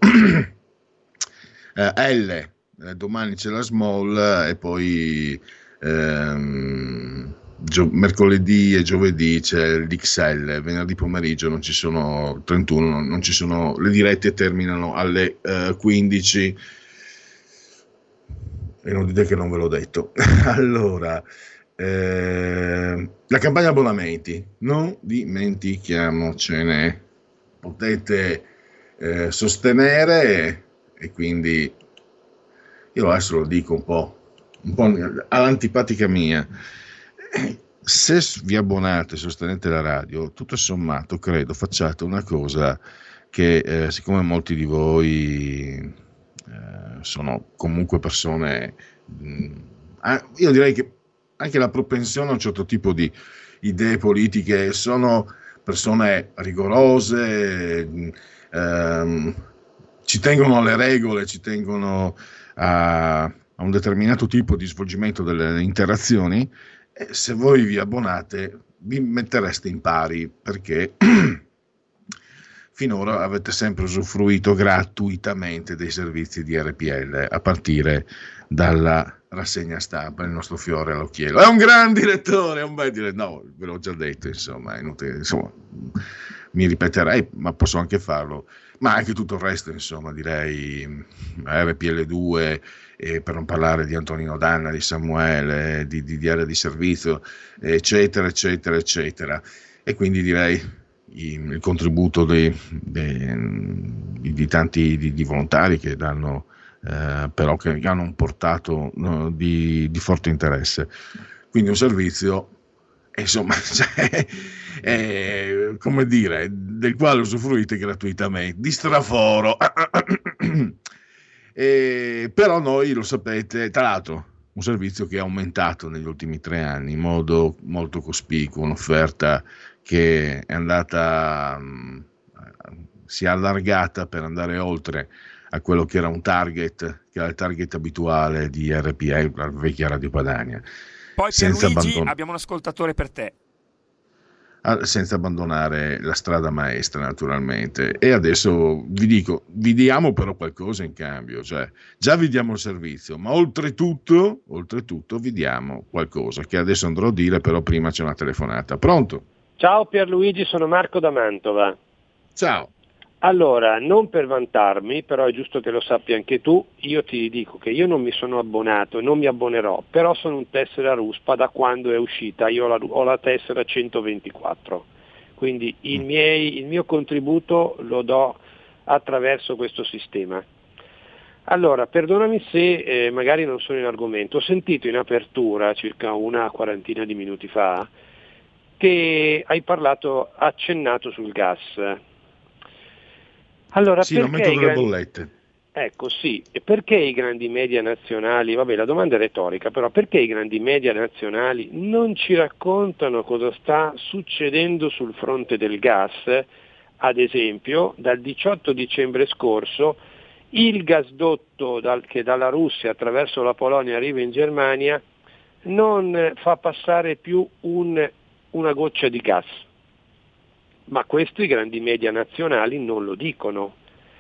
eh, L, eh, domani c'è la small e poi ehm, gio- mercoledì e giovedì c'è l'X L, venerdì pomeriggio non ci sono trentuno, non ci sono, le dirette terminano alle eh, quindici e non dite che non ve l'ho detto. Allora, eh, la campagna abbonamenti, non dimentichiamocene, potete eh, sostenere e quindi io adesso lo dico un po', un po' all'antipatica mia, se vi abbonate e sostenete la radio, tutto sommato credo facciate una cosa che eh, siccome molti di voi Eh, sono comunque persone mh, io direi che anche la propensione a un certo tipo di idee politiche, sono persone rigorose, mh, ehm, ci tengono alle regole, ci tengono a, a un determinato tipo di svolgimento delle interazioni, e se voi vi abbonate vi mettereste in pari perché finora avete sempre usufruito gratuitamente dei servizi di R P L, a partire dalla rassegna stampa, il nostro fiore all'occhiello. È un gran direttore, è un bel direttore. No, ve l'ho già detto, insomma, è inutile, insomma, mi ripeterei, ma posso anche farlo. Ma anche tutto il resto, insomma, direi R P L due, e per non parlare di Antonino Danna, di Samuele, di, di, di area di servizio, eccetera, eccetera, eccetera. E quindi direi il contributo dei, dei, di tanti di, di volontari che danno eh, però che hanno un portato no, di, di forte interesse, quindi un servizio insomma cioè, eh, come dire, del quale usufruite gratuitamente di straforo. E, però noi lo sapete, tra l'altro un servizio che è aumentato negli ultimi tre anni in modo molto cospicuo, un'offerta che è andata, si è allargata per andare oltre a quello che era un target, che era il target abituale di R P L, la vecchia Radio Padania. Poi senza Pierluigi, abbandon- abbiamo un ascoltatore per te. senza abbandonare la strada maestra naturalmente. E adesso vi dico, vi diamo però qualcosa in cambio, cioè già vi diamo il servizio, ma oltretutto, oltretutto vi diamo qualcosa che adesso andrò a dire, però prima c'è una telefonata. Pronto? Ciao Pierluigi, sono Marco da Mantova. Ciao. Allora, non per vantarmi, però è giusto che lo sappia anche tu, io ti dico che io non mi sono abbonato e non mi abbonerò, però sono un tessera Ruspa da quando è uscita, io ho la, ho la tessera centoventiquattro, quindi il, miei, il mio contributo lo do attraverso questo sistema. Allora, perdonami se eh, magari non sono in argomento, ho sentito in apertura, circa una quarantina di minuti fa, che hai parlato, accennato sul gas. Allora, sì, perché l'aumento delle grandi... bollette. Ecco, sì, e perché i grandi media nazionali, vabbè la domanda è retorica, però perché i grandi media nazionali non ci raccontano cosa sta succedendo sul fronte del gas? Ad esempio, dal diciotto dicembre scorso il gasdotto dal, che dalla Russia attraverso la Polonia arriva in Germania non fa passare più un, una goccia di gas, ma questo i grandi media nazionali non lo dicono.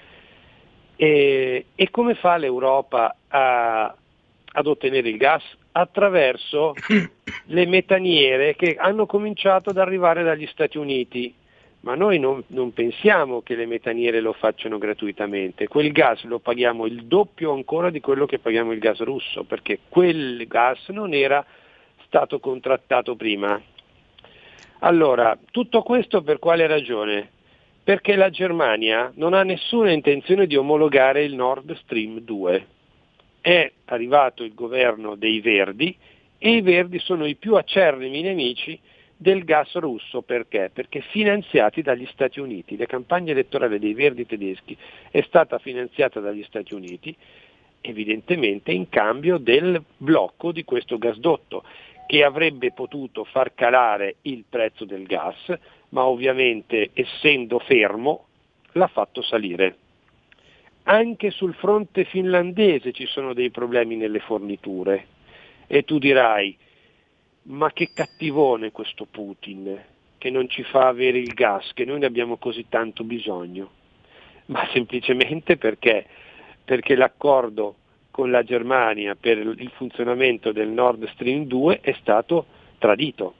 E, e come fa l'Europa a, ad ottenere il gas? Attraverso le metaniere che hanno cominciato ad arrivare dagli Stati Uniti, ma noi non, non pensiamo che le metaniere lo facciano gratuitamente, quel gas lo paghiamo il doppio ancora di quello che paghiamo il gas russo, perché quel gas non era stato contrattato prima. Allora, tutto questo per quale ragione? Perché la Germania non ha nessuna intenzione di omologare il Nord Stream due. È arrivato il governo dei Verdi e i Verdi sono i più acerrimi nemici del gas russo. Perché? Perché finanziati dagli Stati Uniti. La campagna elettorale dei Verdi tedeschi è stata finanziata dagli Stati Uniti, evidentemente in cambio del blocco di questo gasdotto, che avrebbe potuto far calare il prezzo del gas, ma ovviamente essendo fermo l'ha fatto salire. Anche sul fronte finlandese ci sono dei problemi nelle forniture e tu dirai: ma che cattivone questo Putin che non ci fa avere il gas, che noi ne abbiamo così tanto bisogno. Ma semplicemente perché perché l'accordo con la Germania per il funzionamento del Nord Stream due è stato tradito.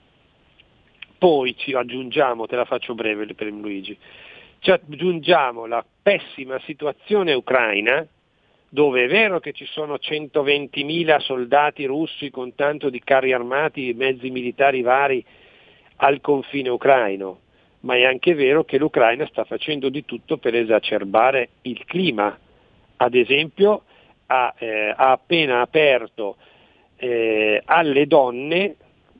Poi ci aggiungiamo, te la faccio breve per Luigi, ci aggiungiamo la pessima situazione ucraina, dove è vero che ci sono centoventimila soldati russi con tanto di carri armati e mezzi militari vari al confine ucraino, ma è anche vero che l'Ucraina sta facendo di tutto per esacerbare il clima. Ad esempio ha, eh, ha appena aperto eh, alle donne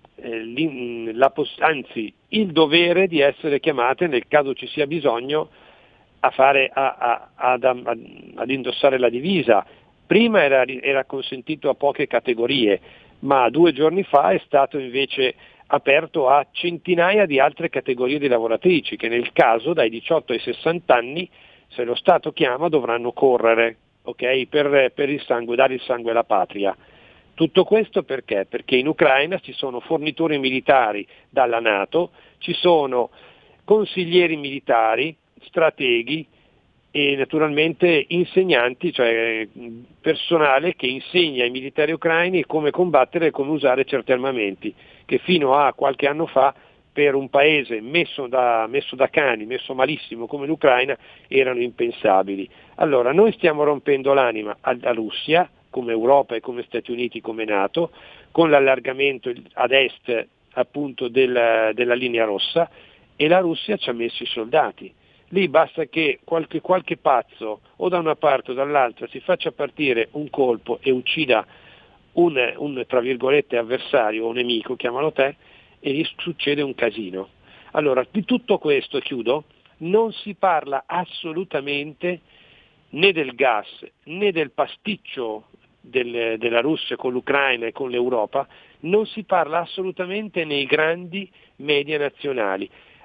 eh, la poss- anzi il dovere di essere chiamate, nel caso ci sia bisogno, a fare, a, a, ad, ad, ad indossare la divisa. Prima era, era consentito a poche categorie, ma due giorni fa è stato invece aperto a centinaia di altre categorie di lavoratrici che nel caso dai diciotto ai sessanta anni, se lo Stato chiama, dovranno correre, ok, per, per il sangue, dare il sangue alla patria. Tutto questo perché? Perché in Ucraina ci sono fornitori militari dalla NATO, ci sono consiglieri militari, strateghi e naturalmente insegnanti, cioè personale che insegna ai militari ucraini come combattere e come usare certi armamenti, che fino a qualche anno fa per un paese messo da, messo da cani, messo malissimo come l'Ucraina, erano impensabili. Allora noi stiamo rompendo l'anima alla Russia, come Europa e come Stati Uniti, come NATO, con l'allargamento ad est appunto del, della linea rossa, e la Russia ci ha messo i soldati. Lì basta che qualche, qualche pazzo o da una parte o dall'altra si faccia partire un colpo e uccida un, un tra virgolette avversario o nemico, chiamalo te, e gli succede un casino. Allora, di tutto questo, chiudo, non si parla assolutamente né del gas né del pasticcio del, della Russia con l'Ucraina e con l'Europa, non si parla assolutamente nei grandi media nazionali.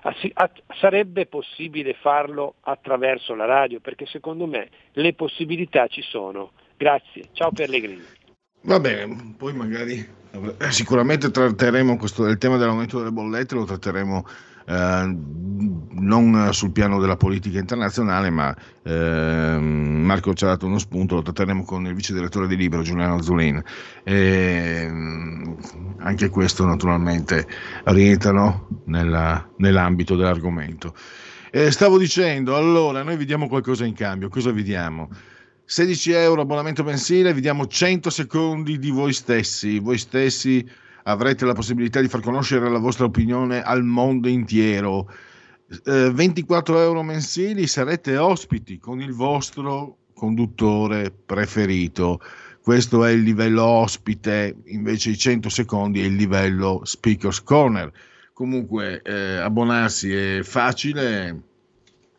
Sarebbe possibile farlo attraverso la radio, perché secondo me le possibilità ci sono. Grazie, ciao Pellegrini. Va bene, poi magari eh, sicuramente tratteremo questo, il tema dell'aumento delle bollette, lo tratteremo eh, non sul piano della politica internazionale, ma eh, Marco ci ha dato uno spunto, lo tratteremo con il vice direttore di Libero, Giuliano Azzolin. E, anche questo naturalmente rientra, no, nella, nell'ambito dell'argomento. Eh, stavo dicendo, allora, noi vi diamo qualcosa in cambio. Cosa vi diamo? sedici euro abbonamento mensile, vi diamo cento secondi di voi stessi. Voi stessi avrete la possibilità di far conoscere la vostra opinione al mondo intero. Eh, ventiquattro euro mensili, sarete ospiti con il vostro conduttore preferito. Questo è il livello ospite, invece i cento secondi è il livello Speaker's Corner. Comunque eh, abbonarsi è facile,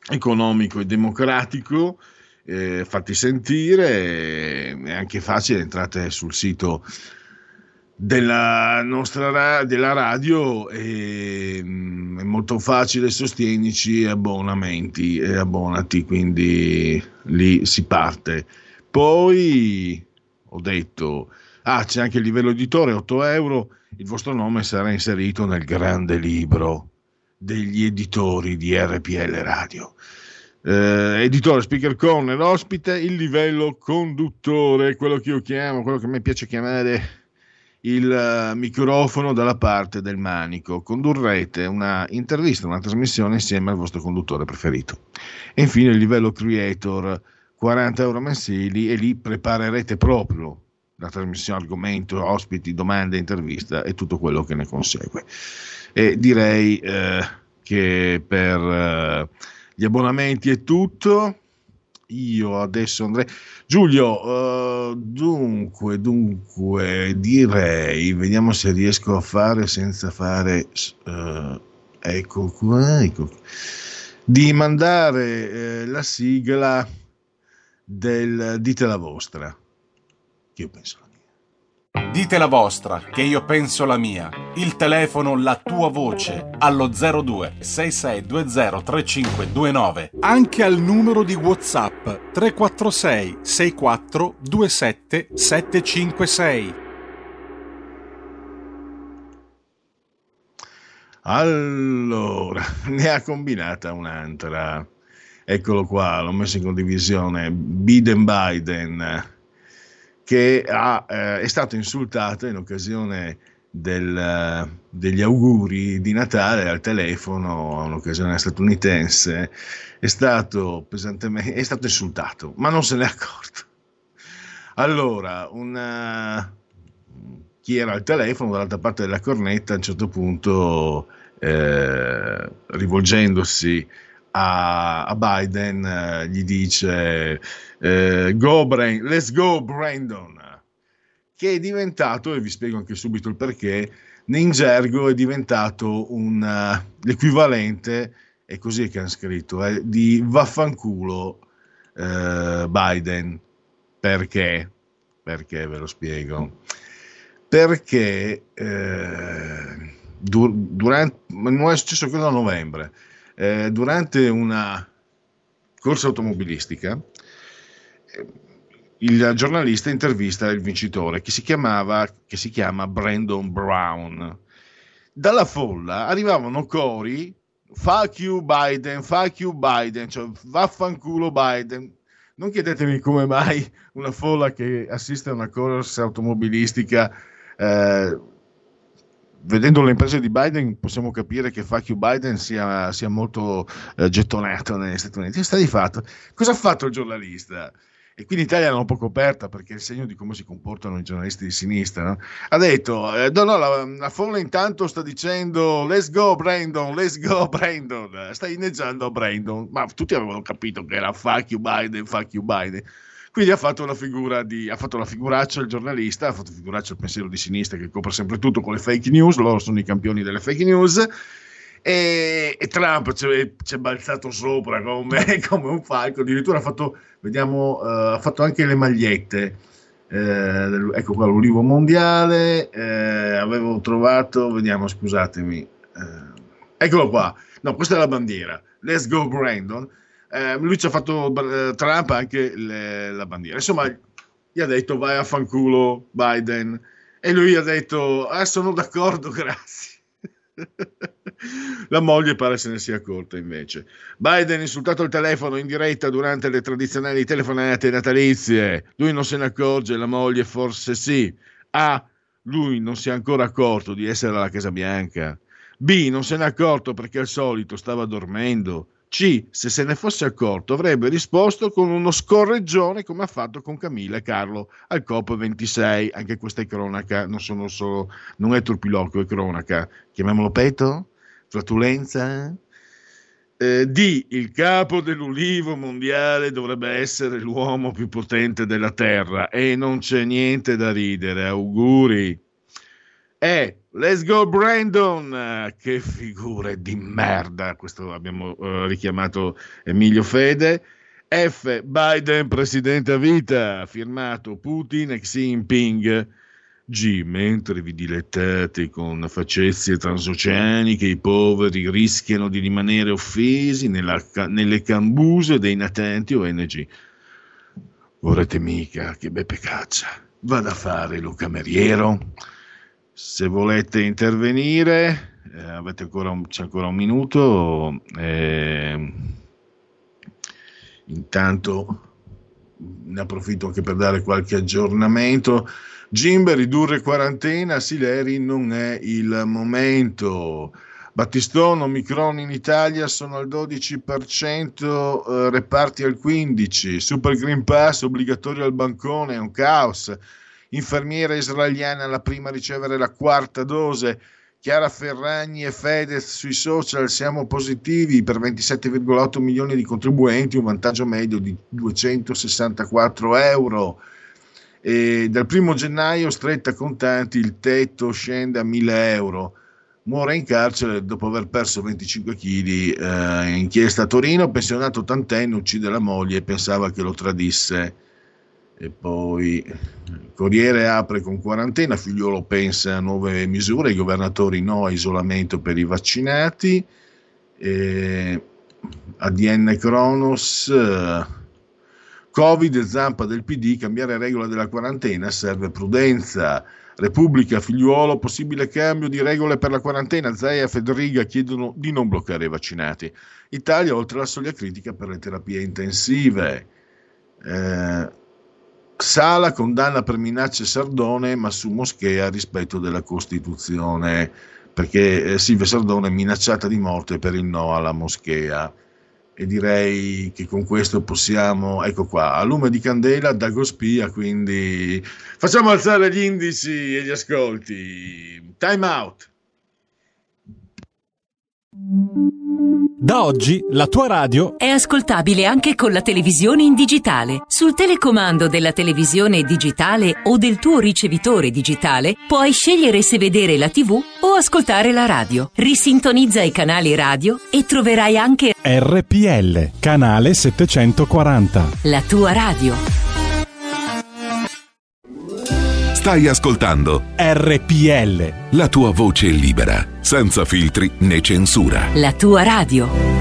economico e democratico. Eh, fatti sentire, è anche facile, entrate sul sito della nostra ra- della radio e mh, è molto facile, sostienici, abbonamenti e abbonati, quindi lì si parte. Poi ho detto, ah, c'è anche il livello editore, otto euro, il vostro nome sarà inserito nel grande libro degli editori di R P L Radio. Eh, editore, speaker corner, ospite, il livello conduttore, quello che io chiamo, quello che a me piace chiamare il uh, microfono dalla parte del manico. Condurrete una intervista, una trasmissione insieme al vostro conduttore preferito. E infine il livello creator, quaranta euro mensili, e lì preparerete proprio la trasmissione, argomento, ospiti, domande, intervista e tutto quello che ne consegue. E direi eh, che per eh, gli abbonamenti è tutto. Io adesso andrei. Giulio, uh, dunque, dunque, direi, vediamo se riesco a fare senza fare, uh, ecco qua, ecco, di mandare eh, la sigla del Dite la vostra, che io penso la mia. Dite la vostra, che io penso la mia. Il telefono, la tua voce, allo zero due sei sei due zero tre cinque due nove. Anche al numero di WhatsApp tre quattro sei sei quattro due sette sette cinque sei. Allora, ne ha combinata un'altra. Eccolo qua, l'ho messo in condivisione. Biden Biden, che ha, eh, è stato insultato in occasione del, degli auguri di Natale al telefono a un'occasione statunitense. È stato pesantemente è stato insultato, ma non se n'è accorto. Allora, una, chi era al telefono dall'altra parte della cornetta a un certo punto, eh, rivolgendosi a, a Biden, eh, gli dice eh, go Brain, let's go Brandon, che è diventato, e vi spiego anche subito il perché, in gergo è diventato un, uh, l'equivalente, è così che hanno scritto, eh, di vaffanculo uh, Biden. Perché? Perché ve lo spiego. Perché eh, dur- durante, non è successo credo a novembre, eh, durante una corsa automobilistica, il giornalista intervista il vincitore che si chiamava che si chiama Brandon Brown. Dalla folla arrivavano cori fuck you Biden, fuck you Biden, cioè vaffanculo Biden. Non chiedetemi come mai una folla che assiste a una corsa automobilistica, eh, vedendo le imprese di Biden possiamo capire che fuck you Biden sia, sia molto eh, gettonato negli Stati Uniti. Sta di fatto, cosa ha fatto il giornalista? E qui in Italia l'hanno un po' coperta perché è il segno di come si comportano i giornalisti di sinistra, no? Ha detto, eh, no, no, la, la folla intanto sta dicendo let's go Brandon, let's go Brandon, sta inneggiando a Brandon, ma tutti avevano capito che era fuck you Biden, fuck you Biden. Quindi ha fatto la figura di, ha fatto la figuraccia il giornalista, ha fatto figuraccia il pensiero di sinistra che copre sempre tutto con le fake news, loro sono i campioni delle fake news. E, e Trump ci è balzato sopra come, come un falco, addirittura ha fatto, vediamo, uh, ha fatto anche le magliette, eh, ecco qua l'Ulivo Mondiale, eh, avevo trovato, vediamo, scusatemi, eh, eccolo qua, no, questa è la bandiera, let's go Brandon, eh, lui ci ha fatto, uh, Trump anche le, la bandiera, insomma gli ha detto vai a fanculo Biden, e lui ha detto ah sono d'accordo, grazie. La moglie pare se ne sia accorta invece. Biden insultato al telefono in diretta durante le tradizionali telefonate natalizie. Lui non se ne accorge, la moglie forse sì. A. Lui non si è ancora accorto di essere alla Casa Bianca. B. Non se ne è accorto perché al solito stava dormendo. C. Se se ne fosse accorto avrebbe risposto con uno scorreggione come ha fatto con Camilla e Carlo al COP ventisei. Anche questa è cronaca, non sono solo, non è turpiloquio, è cronaca. Chiamiamolo peto? Flatulenza? Eh, D. Il capo dell'Ulivo Mondiale dovrebbe essere l'uomo più potente della Terra e non c'è niente da ridere, auguri. è Let's Go Brandon, che figure di merda, questo abbiamo uh, richiamato Emilio Fede. F, Biden presidente a vita, firmato Putin e Xi Jinping. G, mentre vi dilettate con facezie transoceaniche, i poveri rischiano di rimanere offesi nella, nelle cambuse dei natenti O N G. Vorrete mica che Beppe Caccia vada a fare lo cameriero? Se volete intervenire, eh, avete ancora un, c'è ancora un minuto. Eh, intanto ne approfitto anche per dare qualche aggiornamento. Gimbe, ridurre quarantena, Sileri non è il momento. Battistone, Omicron in Italia sono al dodici per cento, eh, reparti al quindici per cento. Super Green Pass obbligatorio al bancone, è un caos. Infermiera israeliana la prima a ricevere la quarta dose. Chiara Ferragni e Fedez sui social, siamo positivi per ventisette virgola otto milioni di contribuenti, un vantaggio medio di duecentosessantaquattro euro. E dal primo gennaio stretta contanti, il tetto scende a mille euro. Muore in carcere dopo aver perso venticinque chili. Eh, inchiesta a Torino, pensionato ottantenne uccide la moglie e pensava che lo tradisse. E poi il Corriere apre con quarantena, Figliuolo pensa a nuove misure, i governatori no a isolamento per i vaccinati. E A D N Cronos, Covid, zampa del P D, cambiare regola della quarantena, serve prudenza. Repubblica, Figliuolo, possibile cambio di regole per la quarantena, Zaia e Federica chiedono di non bloccare i vaccinati. Italia oltre la soglia critica per le terapie intensive. Eh, Sala condanna per minacce Sardone, ma su Moschea rispetto della Costituzione, perché eh, Silvia Sardone è minacciata di morte per il no alla moschea. E direi che con questo possiamo, ecco qua, a lume di candela, Dago spia, quindi facciamo alzare gli indici e gli ascolti. Time out. Da oggi la tua radio è ascoltabile anche con la televisione in digitale. Sul telecomando della televisione digitale o del tuo ricevitore digitale puoi scegliere se vedere la tivù o ascoltare la radio. Risintonizza i canali radio e troverai anche R P L, canale settecentoquaranta. La tua radio. Stai ascoltando R P L, la tua voce libera, senza filtri né censura. La tua radio.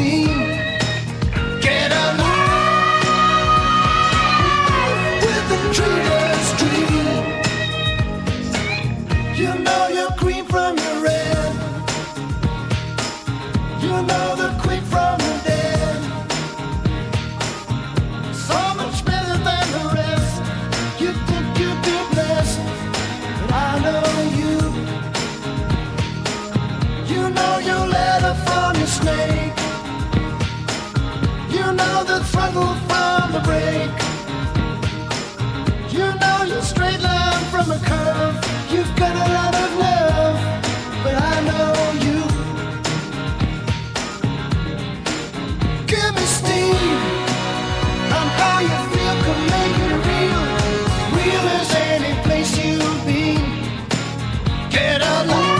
seen. Get alive with the dreamer's dream. You know you're green from your red. You know the quick from the dead. So much better than the rest. You think you'd be blessed, but I know you. You know you let a funny snake. You know the throttle from the brake. You know your straight line from a curve. You've got a lot of love, but I know you. Give me steam. I'm how you feel can make it real. Real as any place you've been. Get alive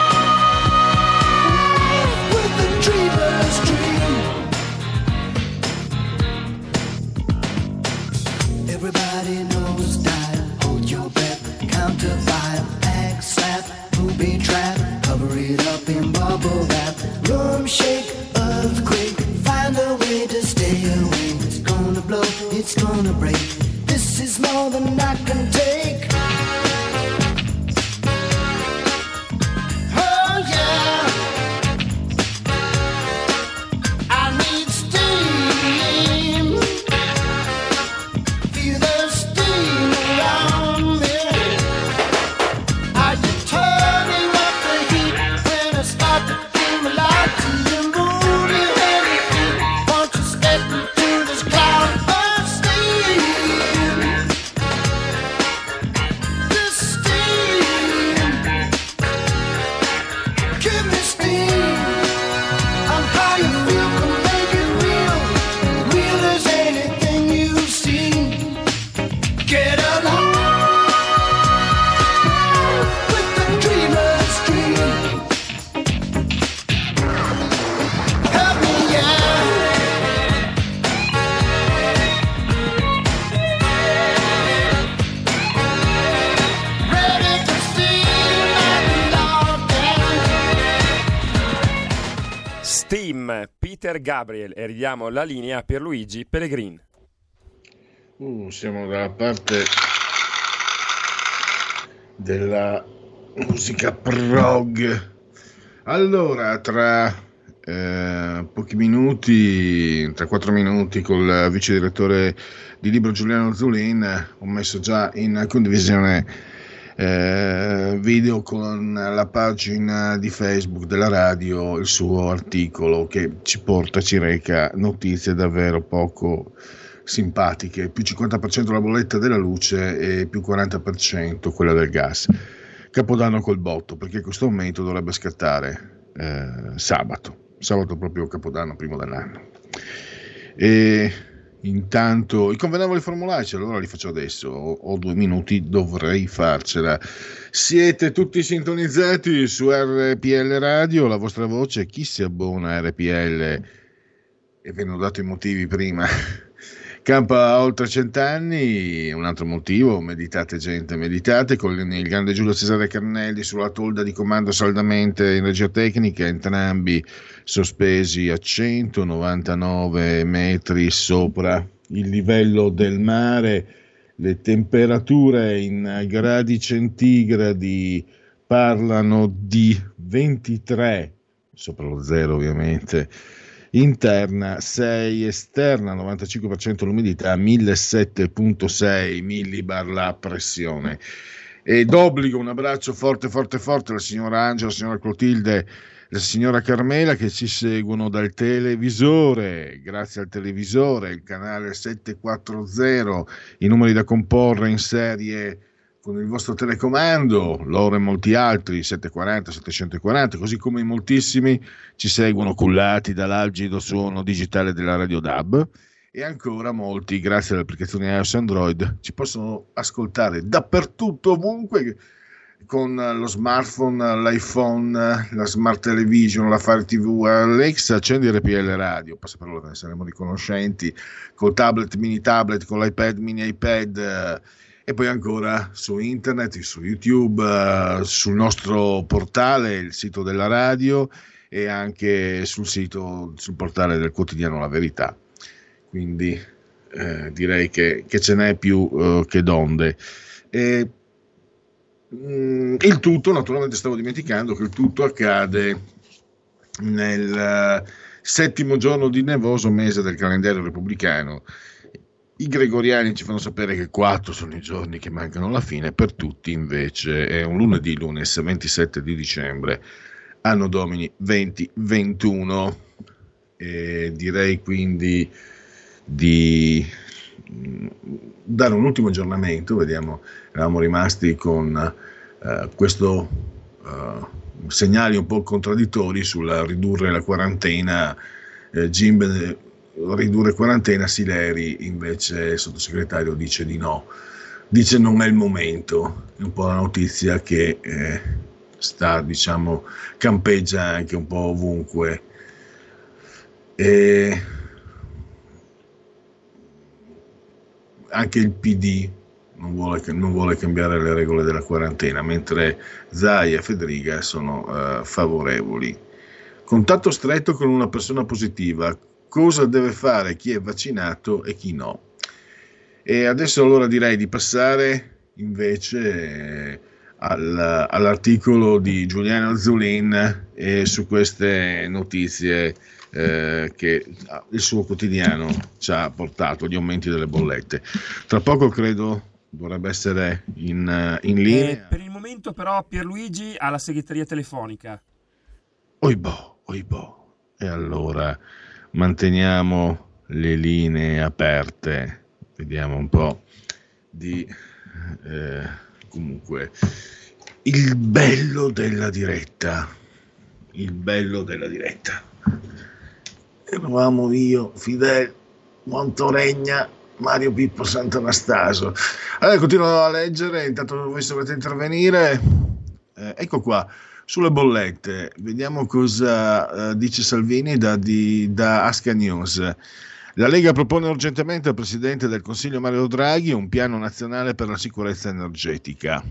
with the dreamer's dream. Everybody knows dial, hold your breath, count to five, act slap, booby trap, cover it up in bubble wrap, room shake, earthquake, find a way to stay away. It's gonna blow, it's gonna break. This is more than I can take. Oh yeah, I need steam. Feel the steam around me. Are you turning up the heat when I start to feel my light? Do you move your heavy feet? Won't you step into this cloud of steam? This steam, give me steam. I'm how you feel can make it real. Real as anything you've seen. Get alive with the dreamer's dream. Help me, yeah. Ready to see my Lord down. Steam, Peter Gabriel, e ridiamo la linea a Pierluigi Pellegrin. Uh, siamo dalla parte della musica prog. Allora, tra eh, pochi minuti, tra quattro minuti, col vice direttore di Libro Giuliano Zulin, ho messo già in condivisione eh, video con la pagina di Facebook della radio, il suo articolo che ci porta, ci reca notizie davvero poco simpatiche, più cinquanta per cento la bolletta della luce e più quaranta per cento quella del gas. Capodanno col botto, perché questo aumento dovrebbe scattare eh, sabato, sabato proprio Capodanno, primo dell'anno. E intanto i convenevoli formulaici, allora li faccio adesso, ho, ho due minuti, dovrei farcela. Siete tutti sintonizzati su R P L Radio, la vostra voce, chi si abbona a R P L, e ve ne ho dato i motivi prima, campa oltre cent'anni. Un altro motivo: meditate gente, meditate, con il grande Giulio Cesare Carnelli sulla tolda di comando saldamente in regia tecnica, entrambi sospesi a centonovantanove metri sopra il livello del mare. Le temperature in gradi centigradi parlano di ventitré, sopra lo zero ovviamente, interna sei, esterna novantacinque per cento l'umidità, millesettecento virgola sei millibar la pressione. Ed obbligo un abbraccio forte forte forte alla signora Angela, alla signora Clotilde, alla signora Carmela, che ci seguono dal televisore. Grazie al televisore, il canale settecentoquaranta, i numeri da comporre in serie con il vostro telecomando, loro e molti altri, settecentoquaranta, settecentoquaranta, così come moltissimi ci seguono cullati dall'algido suono digitale della Radio D A B, e ancora molti, grazie alle applicazioni iOS e Android, ci possono ascoltare dappertutto, ovunque, con lo smartphone, l'iPhone, la smart television, la Fire ti vu, Alexa, accendi R P L Radio, passaparola, ne saremo riconoscenti, col tablet, mini tablet, con l'iPad, mini iPad, e poi ancora su internet, su YouTube, sul nostro portale, il sito della radio, e anche sul sito, sul portale del quotidiano La Verità. Quindi eh, direi che, che ce n'è più eh, che donde. E, mh, il tutto, naturalmente stavo dimenticando che il tutto accade nel uh, settimo giorno di nevoso mese del calendario repubblicano. I gregoriani ci fanno sapere che quattro sono i giorni che mancano alla fine, per tutti invece è un lunedì, lunes ventisette di dicembre, anno domini venti ventuno. E direi quindi di dare un ultimo aggiornamento. Vediamo, eravamo rimasti con uh, questo uh, segnali un po' contraddittori sul ridurre la quarantena. eh, Jim ridurre quarantena, Sileri invece il sottosegretario dice di no, dice non è il momento. È un po' la notizia che eh, sta, diciamo, campeggia anche un po' ovunque. E anche il P D non vuole, non vuole cambiare le regole della quarantena, mentre Zaia e Federica sono uh, favorevoli. Contatto stretto con una persona positiva, cosa deve fare chi è vaccinato e chi no? E adesso allora direi di passare invece eh, al, all'articolo di Giuliano Azzolin e su queste notizie eh, che il suo quotidiano ci ha portato, gli aumenti delle bollette. Tra poco credo dovrebbe essere in, in linea. Eh, per il momento però Pierluigi ha la segreteria telefonica. Oibò, oibò. E allora manteniamo le linee aperte, vediamo un po' di eh, comunque il bello della diretta, il bello della diretta. Eravamo io, Fidel, Montoregna, Mario Pippo Sant'Anastaso. Allora continuo a leggere, intanto voi se volete intervenire, eh, ecco qua. Sulle bollette, vediamo cosa uh, dice Salvini da, di, da Asca News. La Lega propone urgentemente al Presidente del Consiglio Mario Draghi un piano nazionale per la sicurezza energetica,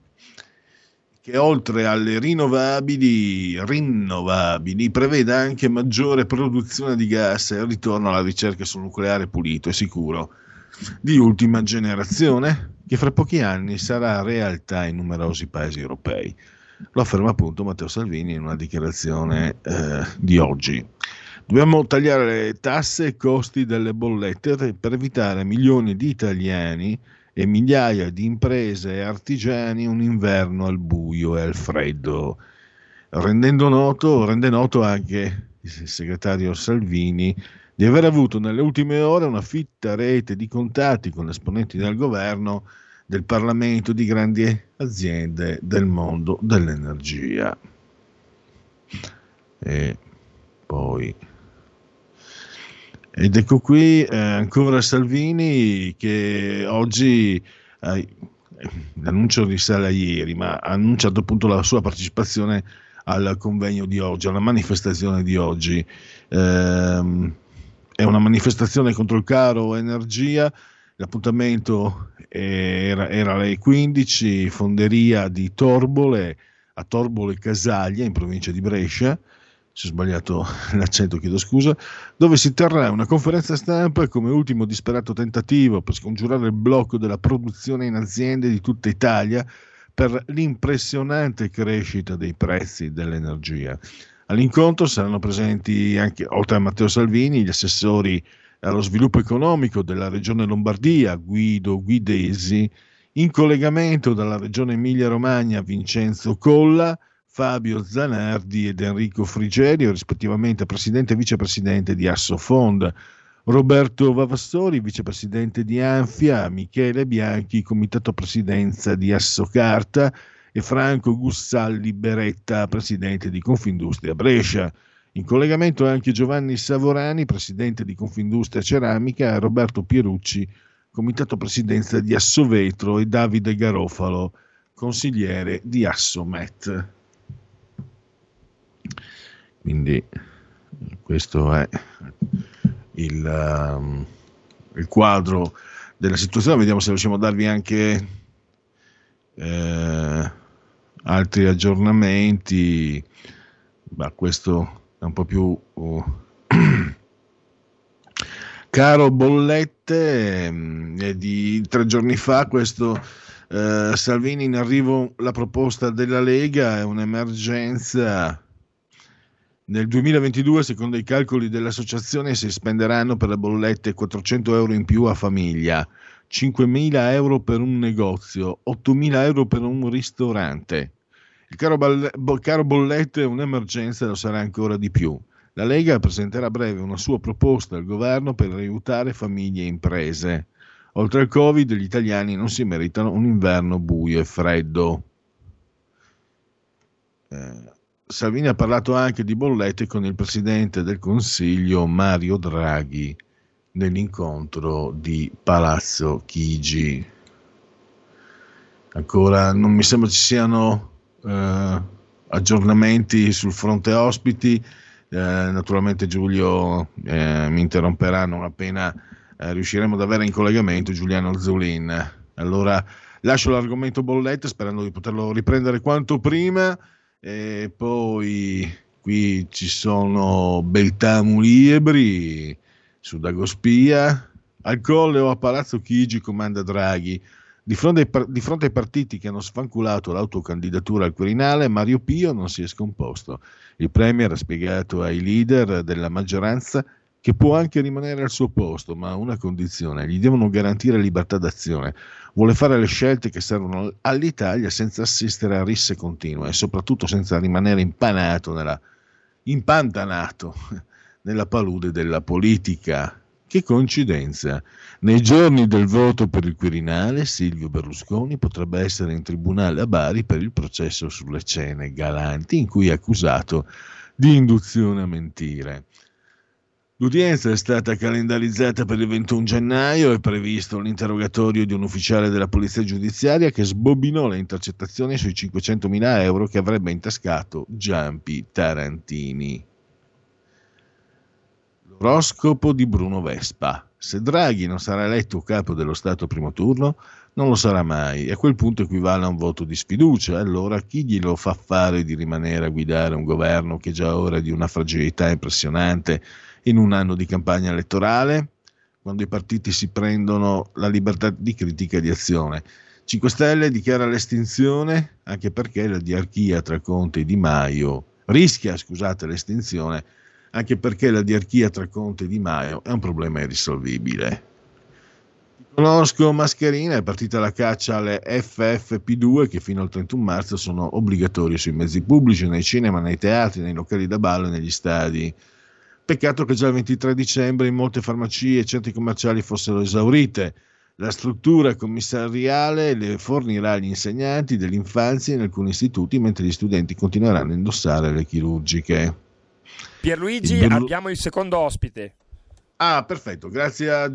che oltre alle rinnovabili, rinnovabili preveda anche maggiore produzione di gas e il ritorno alla ricerca sul nucleare pulito e sicuro di ultima generazione, che fra pochi anni sarà realtà in numerosi paesi europei. Lo afferma appunto Matteo Salvini in una dichiarazione eh, di oggi. Dobbiamo tagliare le tasse e i costi delle bollette per evitare a milioni di italiani e migliaia di imprese e artigiani un inverno al buio e al freddo. Rendendo noto, rende noto anche il segretario Salvini di aver avuto nelle ultime ore una fitta rete di contatti con esponenti del governo, del Parlamento, di grandi aziende del mondo dell'energia. E poi ed ecco qui eh, ancora Salvini che oggi eh, l'annuncio risale a ieri, ma ha annunciato appunto la sua partecipazione al convegno di oggi, alla manifestazione di oggi. Eh, è una manifestazione contro il caro energia. L'appuntamento era, era alle quindici, fonderia di Torbole, a Torbole Casaglia, in provincia di Brescia, se ho sbagliato l'accento chiedo scusa, dove si terrà una conferenza stampa come ultimo disperato tentativo per scongiurare il blocco della produzione in aziende di tutta Italia per l'impressionante crescita dei prezzi dell'energia. All'incontro saranno presenti anche, oltre a Matteo Salvini, gli assessori allo sviluppo economico della regione Lombardia, Guido Guidesi, in collegamento dalla regione Emilia-Romagna, Vincenzo Colla, Fabio Zanardi ed Enrico Frigerio, rispettivamente presidente e vicepresidente di Assofond, Roberto Vavassori, vicepresidente di Anfia, Michele Bianchi, comitato presidenza di Assocarta, e Franco Gussalli Beretta, presidente di Confindustria Brescia. In collegamento anche Giovanni Savorani, presidente di Confindustria Ceramica, e Roberto Pierucci, comitato presidenza di Assovetro, e Davide Garofalo, consigliere di Assomet. Quindi questo è il, um, il quadro della situazione. Vediamo se riusciamo a darvi anche eh, altri aggiornamenti. ma questo è un po' più uh, caro bollette. È di tre giorni fa questo. Uh, Salvini, in arrivo la proposta della Lega, è un'emergenza. Nel duemilaventidue, secondo i calcoli dell'associazione, si spenderanno per le bollette quattrocento euro in più a famiglia, cinquemila euro per un negozio, ottomila euro per un ristorante. Il caro, balle- bo- caro bollette è un'emergenza e lo sarà ancora di più. La Lega presenterà a breve una sua proposta al governo per aiutare famiglie e imprese. Oltre al Covid, gli italiani non si meritano un inverno buio e freddo. Eh, Salvini ha parlato anche di bollette con il presidente del Consiglio Mario Draghi nell'incontro di Palazzo Chigi. Ancora non mi sembra ci siano eh, aggiornamenti sul fronte ospiti. Eh, naturalmente Giulio eh, mi interromperà non appena eh, riusciremo ad avere in collegamento Giuliano Zulin. Allora lascio l'argomento bollette sperando di poterlo riprendere quanto prima. E poi qui ci sono Beltà Muliebri su Dagospia. Al Colle o a Palazzo Chigi comanda Draghi. Di fronte, ai par- di fronte ai partiti che hanno sfanculato l'autocandidatura al Quirinale, Mario Pio non si è scomposto. Il Premier ha spiegato ai leader della maggioranza che può anche rimanere al suo posto, ma a una condizione: gli devono garantire libertà d'azione. Vuole fare le scelte che servono all'Italia senza assistere a risse continue e soprattutto senza rimanere impanato nella, impantanato nella palude della politica. Che coincidenza! Nei giorni del voto per il Quirinale, Silvio Berlusconi potrebbe essere in tribunale a Bari per il processo sulle cene galanti in cui è accusato di induzione a mentire. L'udienza è stata calendarizzata per il ventuno gennaio. È previsto l'interrogatorio di un ufficiale della polizia giudiziaria che sbobinò le intercettazioni sui cinquecentomila euro che avrebbe intascato Giampi Tarantini. L'oroscopo di Bruno Vespa: se Draghi non sarà eletto capo dello Stato primo turno, non lo sarà mai, e a quel punto equivale a un voto di sfiducia. Allora chi glielo fa fare di rimanere a guidare un governo che già ora è di una fragilità impressionante in un anno di campagna elettorale, quando i partiti si prendono la libertà di critica e di azione? cinque Stelle dichiara l'estinzione, anche perché la diarchia tra Conte e Di Maio rischia, scusate, l'estinzione, anche perché la diarchia tra Conte e Di Maio è un problema irrisolvibile. Conosco mascherina, è partita la caccia alle F F P due che fino al trentuno marzo sono obbligatorie sui mezzi pubblici, nei cinema, nei teatri, nei locali da ballo e negli stadi. Peccato che già il ventitré dicembre in molte farmacie e centri commerciali fossero esaurite. La struttura commissariale le fornirà agli insegnanti dell'infanzia in alcuni istituti, mentre gli studenti continueranno a indossare le chirurgiche. Pierluigi, Il Berlu- abbiamo il secondo ospite. Ah, perfetto, grazie a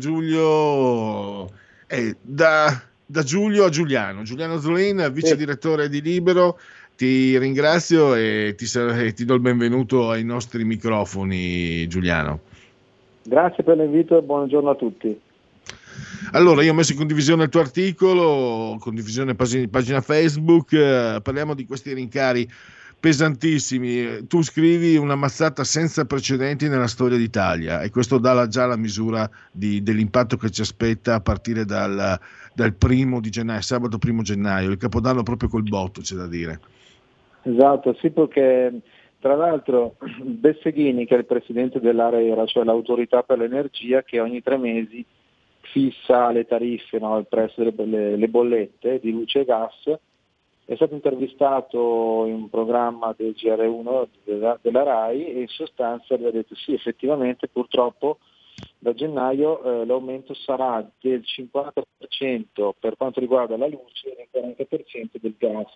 Giulio. Eh, da, da Giulio a Giuliano. Giuliano Zulin, vice direttore di Libero. Ti ringrazio e ti, e ti do il benvenuto ai nostri microfoni, Giuliano. Grazie per l'invito e buongiorno a tutti. Allora, io ho messo in condivisione il tuo articolo, condivisione pagina, pagina Facebook, eh, parliamo di questi rincari pesantissimi. Tu scrivi una mazzata senza precedenti nella storia d'Italia e questo dà già la misura di, dell'impatto che ci aspetta a partire dal, dal primo di gennaio, sabato primo gennaio, il Capodanno proprio col botto, c'è da dire. Esatto, sì, perché tra l'altro Besseghini, che è il presidente dell'ARERA, cioè l'autorità per l'energia, che ogni tre mesi fissa le tariffe, no, il prezzo delle le bollette di luce e gas, è stato intervistato in un programma del G R uno della, della RAI e in sostanza gli ha detto sì, effettivamente purtroppo da gennaio eh, l'aumento sarà del cinquanta per cento per quanto riguarda la luce e del quaranta per cento del gas.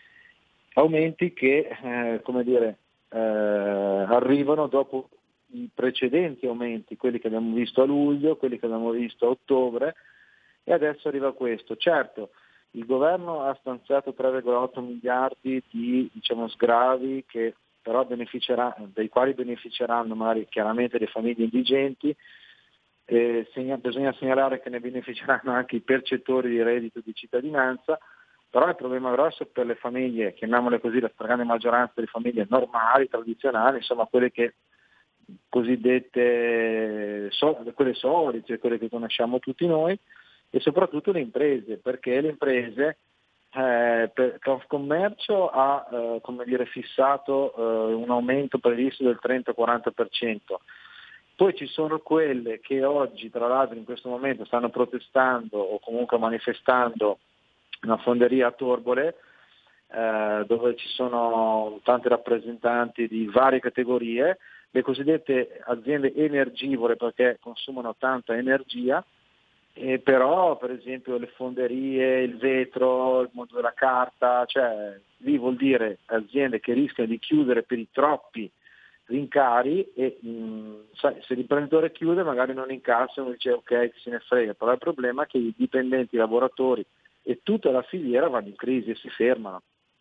Aumenti che, eh, come dire, eh, arrivano dopo i precedenti aumenti, quelli che abbiamo visto a luglio, quelli che abbiamo visto a ottobre, e adesso arriva questo. Certo, il governo ha stanziato tre virgola otto miliardi di, diciamo, sgravi che però beneficerà, dai quali beneficeranno magari chiaramente le famiglie indigenti. Eh, segna, bisogna segnalare che ne beneficeranno anche i percettori di reddito di cittadinanza, Però il problema grosso è per le famiglie, chiamiamole così, la stragrande maggioranza delle famiglie normali, tradizionali, insomma quelle che cosiddette so, quelle solite, quelle che conosciamo tutti noi, e soprattutto le imprese, perché le imprese eh, per Confcommercio ha eh, come dire, fissato eh, un aumento previsto del trenta quaranta per cento. Poi ci sono quelle che oggi, tra l'altro in questo momento, stanno protestando o comunque manifestando una fonderia a Torbole, eh, dove ci sono tanti rappresentanti di varie categorie, le cosiddette aziende energivore perché consumano tanta energia, e però per esempio le fonderie, il vetro, il mondo della carta, cioè lì vuol dire aziende che rischiano di chiudere per i troppi rincari e mh, sai, se l'imprenditore chiude magari non incassa, uno dice ok, chi se ne frega, però il problema è che i dipendenti, i lavoratori e tutta la filiera vanno in crisi e si fermano.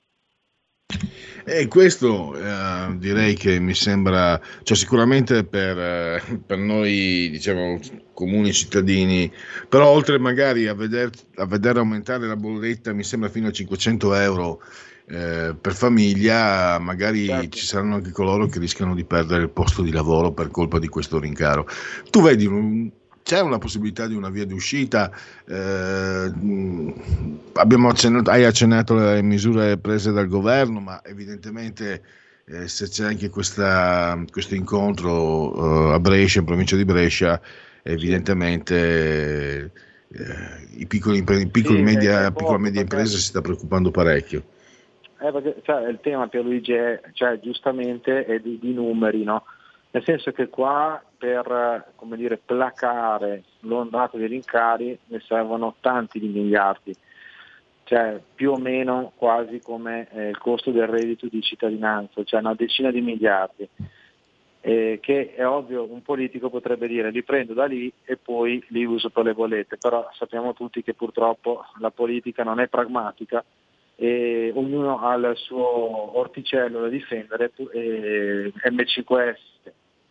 E questo eh, direi che mi sembra, cioè sicuramente per, eh, per noi diciamo comuni cittadini, però oltre magari a vedere a vedere aumentare la bolletta, mi sembra fino a cinquecento euro eh, per famiglia, magari certo. Ci saranno anche coloro che rischiano di perdere il posto di lavoro per colpa di questo rincaro. Tu vedi un C'è una possibilità di una via d'uscita? Eh, abbiamo accennato, hai accennato alle misure prese dal governo, ma evidentemente eh, se c'è anche questa, questo incontro eh, a Brescia, in provincia di Brescia, evidentemente eh, i piccoli, i piccoli sì, media, poco, piccola media imprese perché... si sta preoccupando parecchio. Eh, perché, cioè, il tema, Pierluigi, è, cioè, giustamente è di, di numeri, no? Nel senso che qua per come dire, placare l'ondata dei rincari ne servono tanti di miliardi, cioè più o meno quasi come eh, il costo del reddito di cittadinanza, cioè una decina di miliardi, eh, che è ovvio un politico potrebbe dire li prendo da lì e poi li uso per le bollette, però sappiamo tutti che purtroppo la politica non è pragmatica e ognuno ha il suo orticello da difendere e M cinque S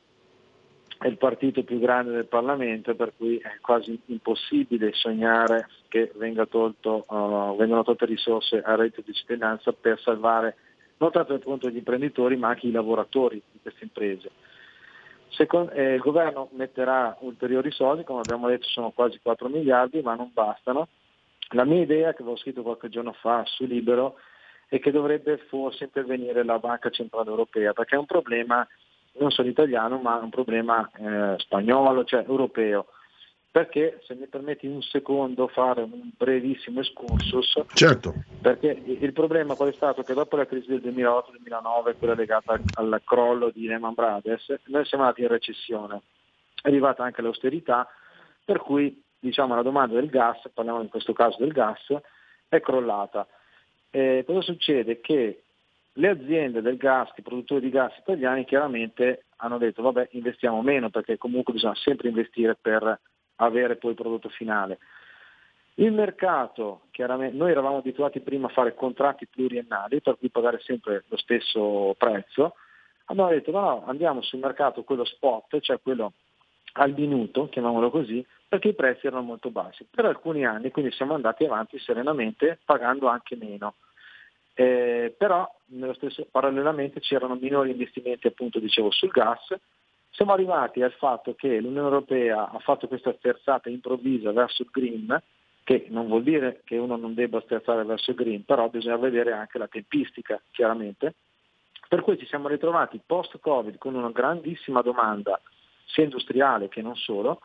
è il partito più grande del Parlamento, per cui è quasi impossibile sognare che venga tolto, uh, vengano tolte risorse al reddito di cittadinanza per salvare non tanto appunto gli imprenditori ma anche i lavoratori di queste imprese. Secondo, eh, il governo metterà ulteriori soldi, come abbiamo detto sono quasi quattro miliardi, ma non bastano. La mia idea, che avevo scritto qualche giorno fa su Libero, è che dovrebbe forse intervenire la Banca Centrale Europea, perché è un problema non solo italiano ma un problema eh, spagnolo, cioè europeo, perché se mi permetti un secondo fare un brevissimo excursus, certo. Perché il problema qual è stato? Che dopo la crisi del duemilaotto duemilanove, quella legata al crollo di Lehman Brothers, noi siamo andati in recessione, è arrivata anche l'austerità, per cui diciamo la domanda del gas, parliamo in questo caso del gas, è crollata. Eh, cosa succede? Che le aziende del gas, i produttori di gas italiani chiaramente hanno detto vabbè investiamo meno perché comunque bisogna sempre investire per avere poi il prodotto finale. Il mercato, chiaramente, noi eravamo abituati prima a fare contratti pluriennali per cui pagare sempre lo stesso prezzo, abbiamo detto no, no, andiamo sul mercato quello spot, cioè quello al minuto, chiamiamolo così, perché i prezzi erano molto bassi. Per alcuni anni quindi siamo andati avanti serenamente pagando anche meno. Eh, però nello stesso, parallelamente c'erano minori investimenti appunto dicevo sul gas. Siamo arrivati al fatto che l'Unione Europea ha fatto questa sterzata improvvisa verso il green, che non vuol dire che uno non debba sterzare verso il green, però bisogna vedere anche la tempistica chiaramente, per cui ci siamo ritrovati post Covid con una grandissima domanda sia industriale che non solo,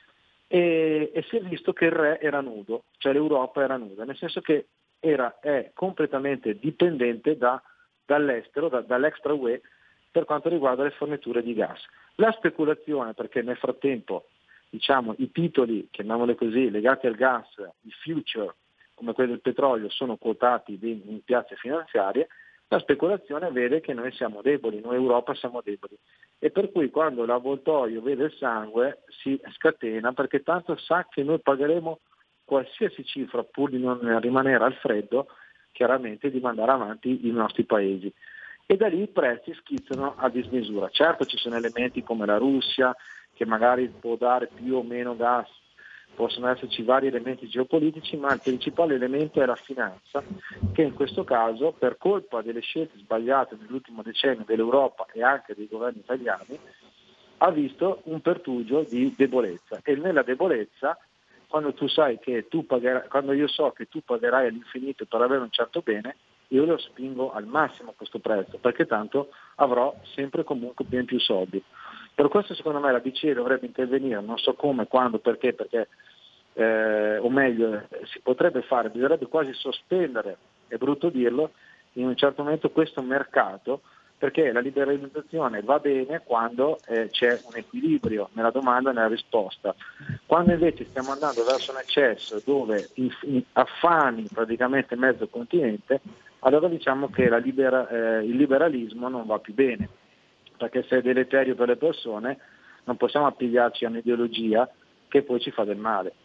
e, e si è visto che il re era nudo, cioè l'Europa era nuda, nel senso che Era, è completamente dipendente da, dall'estero, da, dall'extra U E per quanto riguarda le forniture di gas. La speculazione, perché nel frattempo diciamo, i titoli, chiamiamoli così, legati al gas, i future, come quelli del petrolio, sono quotati in, in piazze finanziarie, la speculazione vede che noi siamo deboli, noi Europa siamo deboli. E per cui quando l'avvoltoio vede il sangue si scatena, perché tanto sa che noi pagheremo qualsiasi cifra pur di non rimanere al freddo, chiaramente di mandare avanti i nostri paesi. E da lì i prezzi schizzano a dismisura. Certo ci sono elementi come la Russia, che magari può dare più o meno gas, possono esserci vari elementi geopolitici, ma il principale elemento è la finanza, che in questo caso, per colpa delle scelte sbagliate nell'ultimo decennio dell'Europa e anche dei governi italiani, ha visto un pertugio di debolezza, e nella debolezza, quando tu sai che tu pagherai, quando io so che tu pagherai all'infinito per avere un certo bene, io lo spingo al massimo a questo prezzo, perché tanto avrò sempre comunque più in più soldi. Per questo secondo me la B C E dovrebbe intervenire, non so come, quando, perché, perché eh, o meglio eh, si potrebbe fare, bisognerebbe quasi sospendere, è brutto dirlo, in un certo momento questo mercato, perché la liberalizzazione va bene quando eh, c'è un equilibrio nella domanda e nella risposta. Quando invece stiamo andando verso un eccesso dove inf- in- affani praticamente mezzo continente, allora diciamo che la libera- eh, il liberalismo non va più bene, perché se è deleterio per le persone non possiamo appigliarci a un'ideologia che poi ci fa del male.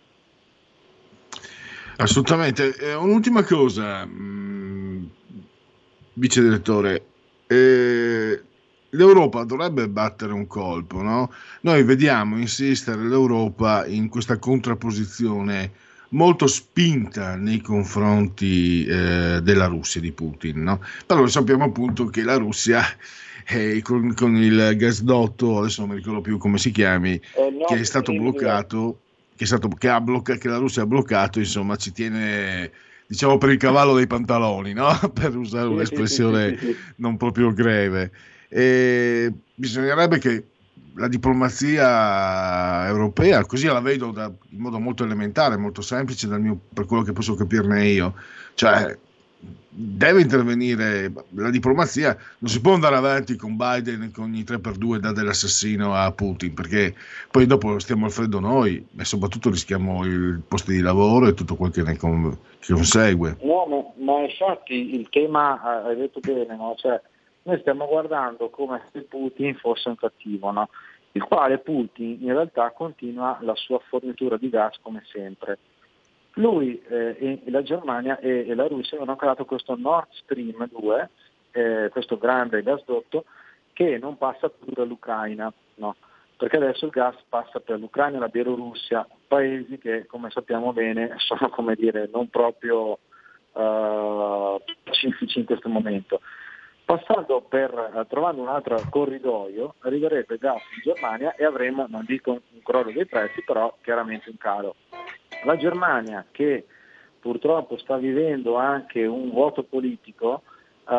Assolutamente. Eh, un'ultima cosa, mh, vice direttore, eh, l'Europa dovrebbe battere un colpo, no? Noi vediamo insistere l'Europa in questa contrapposizione molto spinta nei confronti eh, della Russia, di Putin, no? Però sappiamo appunto che la Russia eh, con, con il gasdotto, adesso non mi ricordo più come si chiami, Eh, no, che è stato bloccato, che, è stato, che, ha blocca, che la Russia ha bloccato, insomma ci tiene, diciamo, per il cavallo dei pantaloni, no? Per usare Sì, un'espressione sì, sì, sì, sì. non proprio greve. E bisognerebbe che la diplomazia europea, così la vedo da, in modo molto elementare, molto semplice dal mio, per quello che posso capirne io, cioè deve intervenire la diplomazia, non si può andare avanti con Biden che ogni tre per due dà dell'assassino a Putin, perché poi dopo stiamo al freddo noi e soprattutto rischiamo il posto di lavoro e tutto quel che ne con, che consegue. No, ma, ma infatti il tema, hai detto bene, no? Cioè, noi stiamo guardando come se Putin fosse un cattivo, no? Il quale Putin in realtà continua la sua fornitura di gas come sempre. Lui eh, e la Germania e, e la Russia hanno creato questo Nord Stream due, eh, questo grande gasdotto che non passa più dall'Ucraina, no? Perché adesso il gas passa per l'Ucraina e la Bielorussia, paesi che come sappiamo bene sono, come dire, non proprio uh, pacifici in questo momento. Passando per, uh, trovando un altro corridoio, arriverebbe gas in Germania e avremo, non dico un crollo dei prezzi, però chiaramente un calo. La Germania, che purtroppo sta vivendo anche un vuoto politico, uh,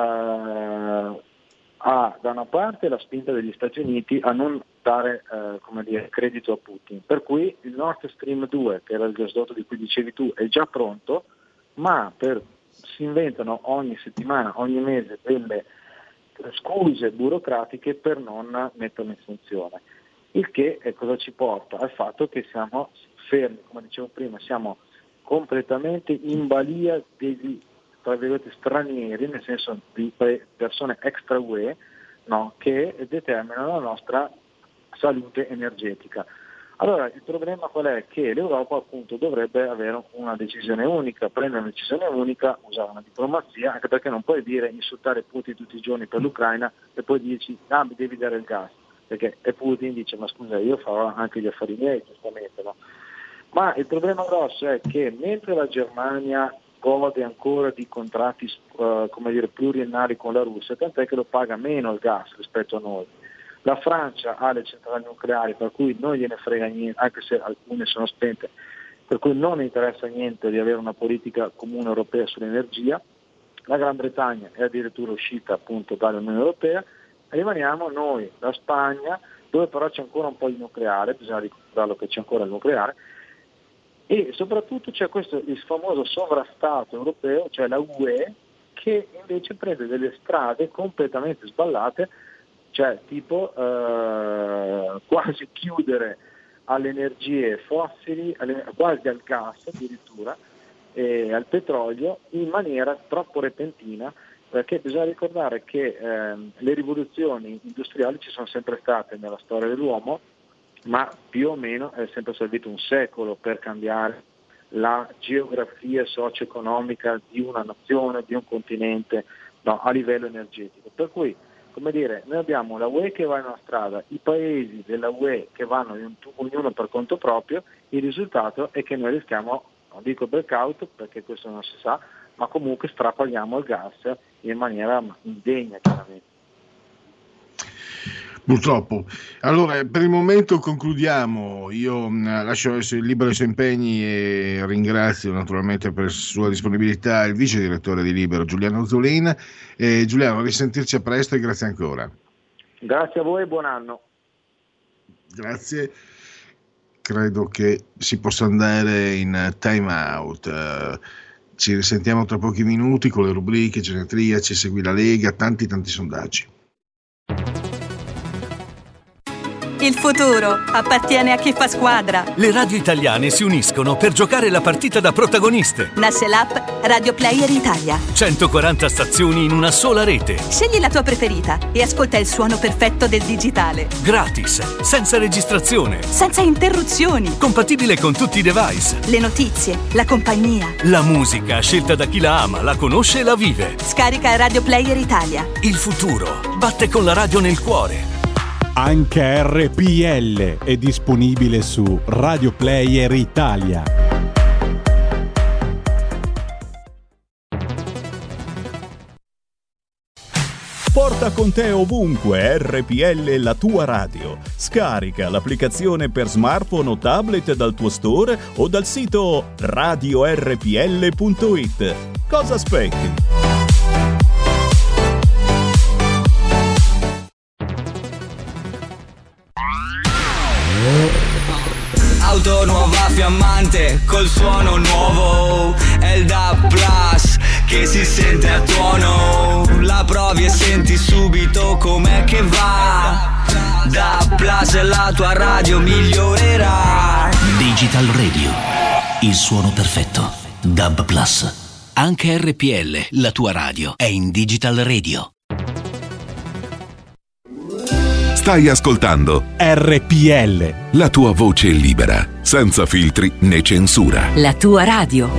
ha da una parte la spinta degli Stati Uniti a non dare uh, come dire, credito a Putin, per cui il Nord Stream due, che era il gasdotto di cui dicevi tu, è già pronto, ma per, si inventano ogni settimana, ogni mese delle scuse burocratiche per non metterlo in funzione. Il che eh, cosa ci porta? Al fatto che siamo fermi, come dicevo prima, siamo completamente in balia degli, tra virgolette, stranieri, nel senso di persone extra U E, no, che determinano la nostra salute energetica. Allora il problema qual è? Che l'Europa appunto dovrebbe avere una decisione unica, prendere una decisione unica, usare una diplomazia, anche perché non puoi dire insultare Putin tutti i giorni per l'Ucraina e poi dici ah mi devi dare il gas, perché e Putin dice ma scusa io farò anche gli affari miei, giustamente, no? Ma il problema grosso è che mentre la Germania gode ancora di contratti uh, come dire, pluriennali con la Russia, tant'è che lo paga meno il gas rispetto a noi. La Francia ha le centrali nucleari, per cui non gliene frega niente, anche se alcune sono spente, per cui non interessa niente di avere una politica comune europea sull'energia. La Gran Bretagna è addirittura uscita appunto dall'Unione Europea, e rimaniamo noi, la Spagna, dove però c'è ancora un po' di nucleare, bisogna ricordarlo che c'è ancora il nucleare, e soprattutto c'è questo il famoso sovrastato europeo, cioè la U E, che invece prende delle strade completamente sballate, cioè tipo eh, quasi chiudere alle energie fossili, alle, quasi al gas addirittura, e al petrolio in maniera troppo repentina, perché bisogna ricordare che eh, le rivoluzioni industriali ci sono sempre state nella storia dell'uomo, ma più o meno è sempre servito un secolo per cambiare la geografia socio-economica di una nazione, di un continente, no, a livello energetico. Per cui come dire, noi abbiamo la U E che va in una strada, i paesi della U E che vanno in, ognuno per conto proprio, il risultato è che noi rischiamo, non dico blackout perché questo non si sa, ma comunque strapaghiamo il gas in maniera indegna chiaramente. Purtroppo. Allora, per il momento concludiamo. Io mh, lascio il libero ai suoi impegni e ringrazio naturalmente per la sua disponibilità il vice direttore di Libero, Giuliano Zolin. E, Giuliano, a risentirci a presto e grazie ancora. Grazie a voi e buon anno. Grazie. Credo che si possa andare in time out. Uh, ci risentiamo tra pochi minuti con le rubriche Genetriaci, Segui la Lega, tanti tanti sondaggi. Il futuro appartiene a chi fa squadra. Le radio italiane si uniscono per giocare la partita da protagoniste. Nasce l'app Radio Player Italia. centoquaranta stazioni in una sola rete. Scegli la tua preferita e ascolta il suono perfetto del digitale. Gratis, senza registrazione. Senza interruzioni. Compatibile con tutti i device. Le notizie, la compagnia. La musica scelta da chi la ama, la conosce e la vive. Scarica Radio Player Italia. Il futuro batte con la radio nel cuore. Anche R P L è disponibile su Radio Player Italia. Porta con te ovunque R P L, la tua radio. Scarica l'applicazione per smartphone o tablet dal tuo store o dal sito radio r p l punto i t. Cosa aspetti? Auto nuova fiammante col suono nuovo, è il D A B Plus che si sente a tuono. La provi e senti subito com'è che va. D A B Plus e la tua radio migliorerà. Digital Radio, il suono perfetto. D A B Plus. Anche R P L, la tua radio, è in Digital Radio. Stai ascoltando R P L, la tua voce libera, senza filtri né censura. La tua radio.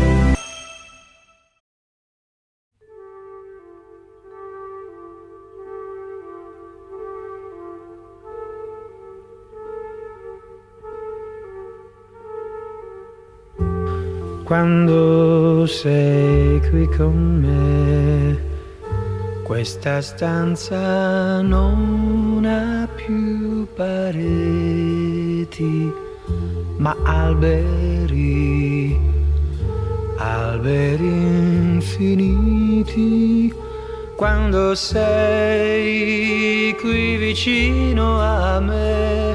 Quando sei qui con me, questa stanza non ha più pareti, ma alberi, alberi infiniti. Quando sei qui vicino a me,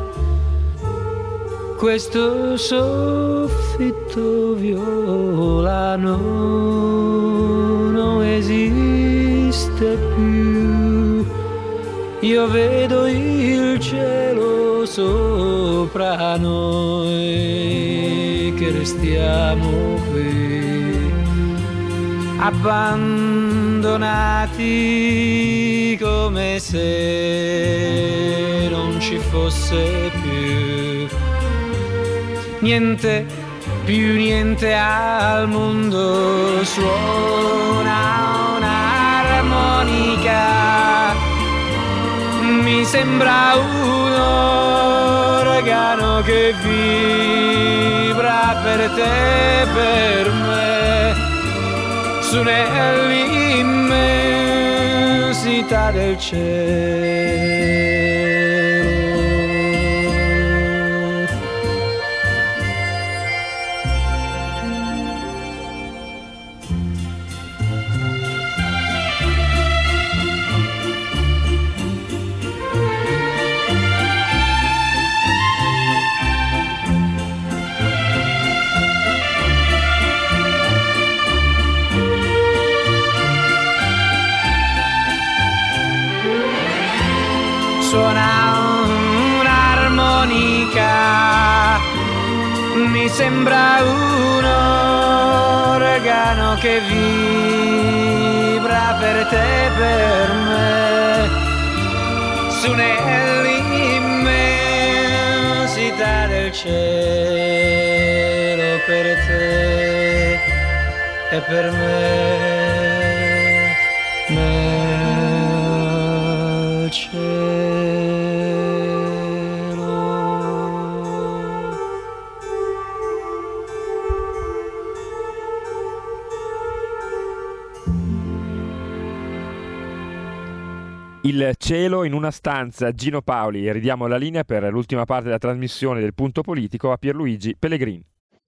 questo soffitto violano non esiste più. Io vedo il cielo sopra noi che restiamo qui, abbandonati come se non ci fosse più niente, più niente al mondo. Suona un'armonica, mi sembra un organo che vibra per te e per me, su nell'immensità del cielo. Suona un'armonica, mi sembra un organo che vibra per te e per me, su nell'immensità del cielo, per te e per me, nel cielo. Il cielo in una stanza, Gino Paoli, e ridiamo la linea per l'ultima parte della trasmissione del Punto Politico a Pierluigi Pellegrin.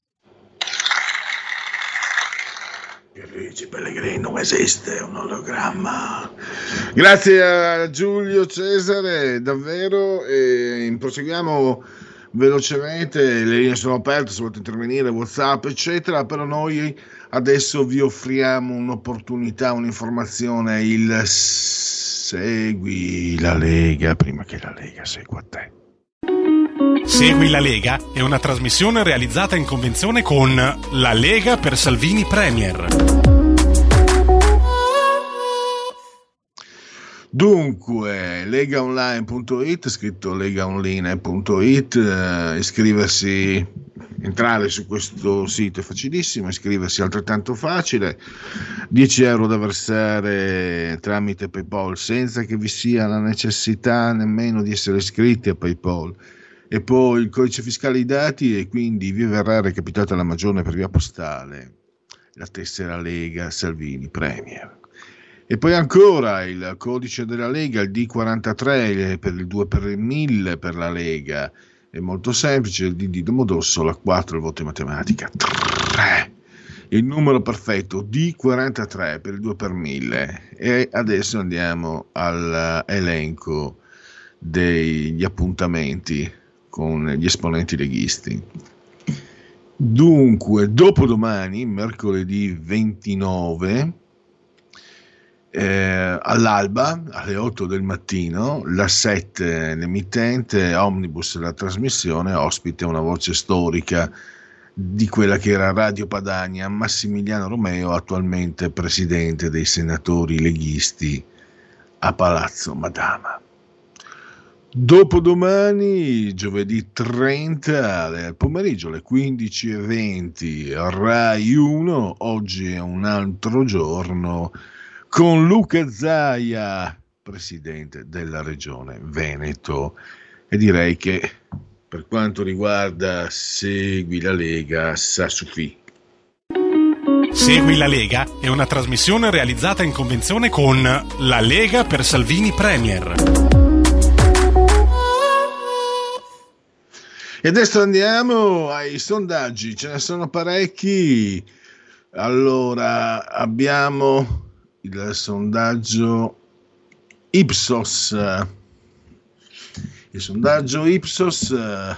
Pierluigi Pellegrin non esiste, è un ologramma. Grazie a Giulio Cesare, davvero, e proseguiamo velocemente, le linee sono aperte se volete intervenire, WhatsApp eccetera, però noi adesso vi offriamo un'opportunità, un'informazione, il Segui la Lega prima che la Lega segua te. Segui la Lega è una trasmissione realizzata in convenzione con La Lega per Salvini Premier. Dunque, legaonline punto it, scritto legaonline punto it, eh, iscriversi, entrare su questo sito è facilissimo, iscriversi è altrettanto facile, dieci euro da versare tramite PayPal senza che vi sia la necessità nemmeno di essere iscritti a PayPal, e poi il codice fiscale, i dati, e quindi vi verrà recapitata la maggiore per via postale la tessera Lega Salvini Premier. E poi ancora il codice della Lega, il D quarantatré per il due per mille per la Lega, è molto semplice, il D di Domodossola, quattro il voto in matematica, tre il numero perfetto, D quarantatré per il due per mille. E adesso andiamo all'elenco degli appuntamenti con gli esponenti leghisti. Dunque, dopodomani, mercoledì ventinove, Eh, all'alba alle otto del mattino, la sette, l'emittente Omnibus, la trasmissione, ospite una voce storica di quella che era Radio Padania, Massimiliano Romeo, attualmente presidente dei senatori leghisti a Palazzo Madama. Dopodomani, giovedì trenta, al pomeriggio alle quindici e venti, Rai uno, oggi è un altro giorno, con Luca Zaia, presidente della regione Veneto. E direi che per quanto riguarda Segui la Lega, sa suffì. Segui la Lega è una trasmissione realizzata in convenzione con La Lega per Salvini Premier. E adesso andiamo ai sondaggi, ce ne sono parecchi. Allora, abbiamo il sondaggio Ipsos. Il sondaggio Ipsos eh,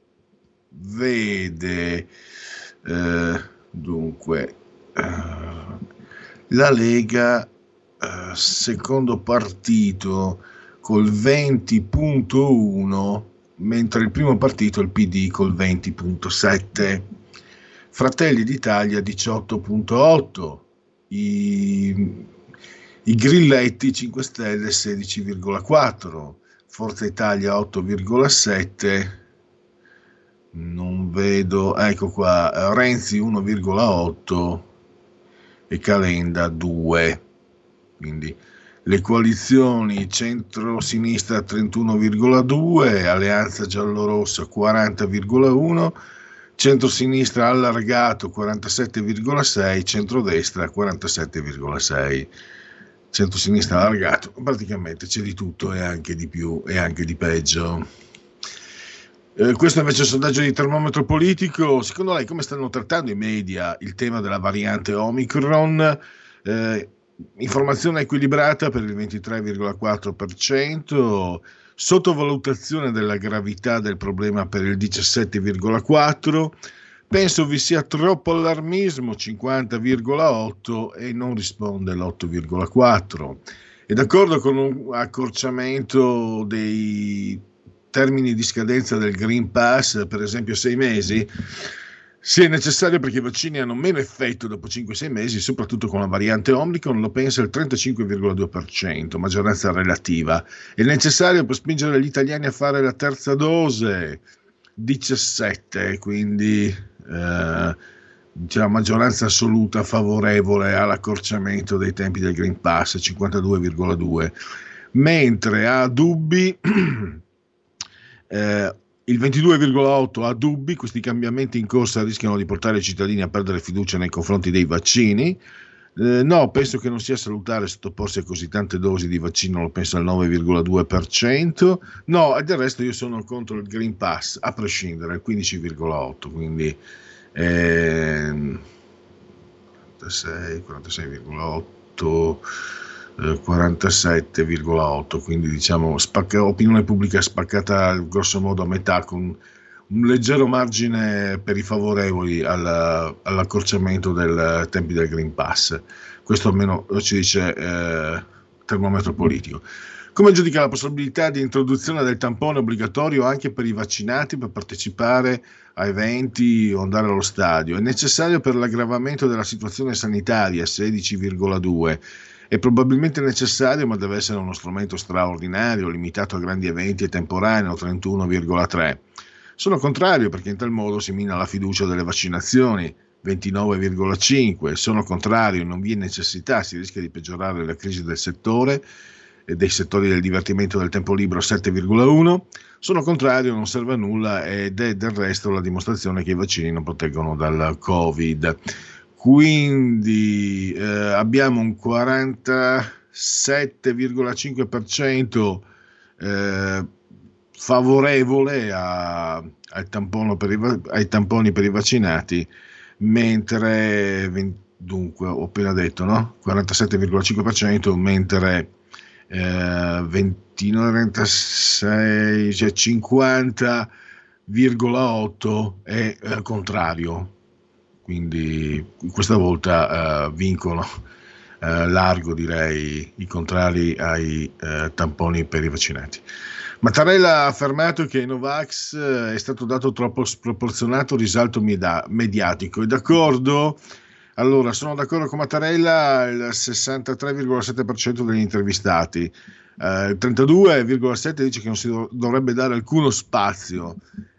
vede eh, dunque eh, la Lega eh, secondo partito col venti virgola uno, mentre il primo partito il P D col venti virgola sette, Fratelli d'Italia diciotto virgola otto, i I Grilletti cinque Stelle sedici virgola quattro, Forza Italia otto virgola sette, non vedo, ecco qua, Renzi uno virgola otto e Calenda due. Quindi le coalizioni centro-sinistra trentuno virgola due, Alleanza Giallorossa quaranta virgola uno, centro-sinistra allargato quarantasette virgola sei, centrodestra quarantasette virgola sei. Centro-sinistra allargato, praticamente c'è di tutto e anche di più e anche di peggio. Eh, questo invece è il sondaggio di termometro politico. Secondo lei come stanno trattando i media il tema della variante Omicron? Eh, informazione equilibrata per il ventitré virgola quattro per cento, sottovalutazione della gravità del problema per il diciassette virgola quattro per cento, penso vi sia troppo allarmismo cinquanta virgola otto per cento e non risponde l'otto virgola quattro per cento. È d'accordo con un accorciamento dei termini di scadenza del Green Pass, per esempio sei mesi? Se è necessario perché i vaccini hanno meno effetto dopo cinque sei mesi, soprattutto con la variante Omicron, lo pensa il trentacinque virgola due per cento, maggioranza relativa. È necessario per spingere gli italiani a fare la terza dose, diciassette, quindi eh, c'è la maggioranza assoluta favorevole all'accorciamento dei tempi del Green Pass, cinquantadue virgola due. mentre ha dubbi eh, il ventidue virgola otto ha dubbi, questi cambiamenti in corsa rischiano di portare i cittadini a perdere fiducia nei confronti dei vaccini. Eh, no, penso che non sia salutare sottoporsi a così tante dosi di vaccino, lo penso al nove virgola due per cento. No, e del resto io sono contro il Green Pass, a prescindere, il quindici virgola otto, quindi eh, quarantasei virgola otto, eh, quarantasette virgola otto, quindi diciamo spacca, opinione pubblica spaccata grosso modo a metà, con un leggero margine per i favorevoli alla, all'accorciamento dei tempi del Green Pass. Questo almeno lo ci dice eh, termometro politico. Come giudica la possibilità di introduzione del tampone obbligatorio anche per i vaccinati per partecipare a eventi o andare allo stadio? È necessario per l'aggravamento della situazione sanitaria, sedici virgola due. È probabilmente necessario, ma deve essere uno strumento straordinario, limitato a grandi eventi e temporaneo, trentuno virgola tre. Sono contrario perché in tal modo si mina la fiducia delle vaccinazioni, ventinove virgola cinque. Sono contrario, non vi è necessità, si rischia di peggiorare la crisi del settore e dei settori del divertimento e del tempo libero, sette virgola uno. Sono contrario, non serve a nulla ed è del resto la dimostrazione che i vaccini non proteggono dal Covid. Quindi eh, abbiamo un quarantasette virgola cinque per cento eh, favorevole a, al tampono per i, ai tamponi per i vaccinati, mentre dunque ho appena detto, no? quarantasette virgola cinque per cento, mentre eh, ventinove, trentasei, cioè cinquanta virgola otto è eh, contrario. Quindi questa volta eh, vincono eh, largo, direi, i contrari ai eh, tamponi per i vaccinati. Mattarella ha affermato che ai Novax è stato dato troppo sproporzionato risalto media- mediatico. È d'accordo? Allora, sono d'accordo con Mattarella il sessantatré virgola sette per cento degli intervistati, eh, il trentadue virgola sette per cento dice che non si dov- dovrebbe dare alcuno spazio,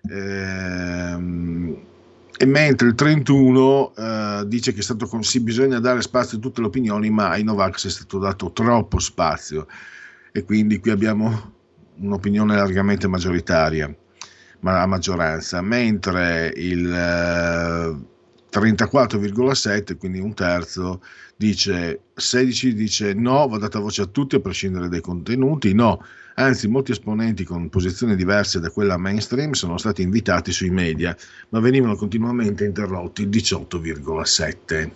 ehm, e mentre il trentuno eh, dice che è stato con- sì, bisogna dare spazio a tutte le opinioni, ma ai Novax è stato dato troppo spazio, e quindi qui abbiamo un'opinione largamente maggioritaria, ma a maggioranza, mentre il eh, trentaquattro virgola sette, quindi un terzo, dice, sedici dice no, va data voce a tutti a prescindere dai contenuti, no, anzi molti esponenti con posizioni diverse da quella mainstream sono stati invitati sui media, ma venivano continuamente interrotti, diciotto virgola sette.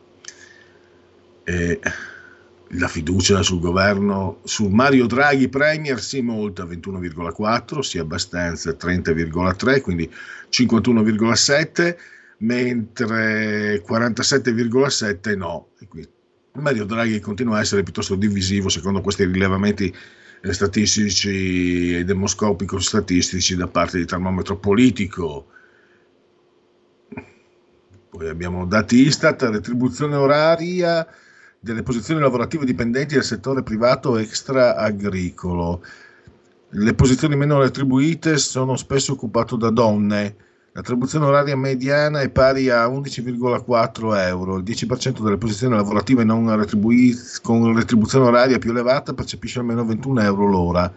E la fiducia sul governo, su Mario Draghi Premier, sì molta, ventuno virgola quattro, sì abbastanza, trenta virgola tre, quindi cinquantuno virgola sette, mentre quarantasette virgola sette no. E qui Mario Draghi continua a essere piuttosto divisivo secondo questi rilevamenti eh, statistici e demoscopico statistici da parte di termometro politico. Poi abbiamo dati Istat, retribuzione oraria delle posizioni lavorative dipendenti del settore privato extra agricolo. Le posizioni meno retribuite sono spesso occupate da donne. L'attribuzione oraria mediana è pari a undici virgola quattro euro. Il dieci per cento delle posizioni lavorative non retribuite con retribuzione oraria più elevata percepisce almeno ventuno euro l'ora.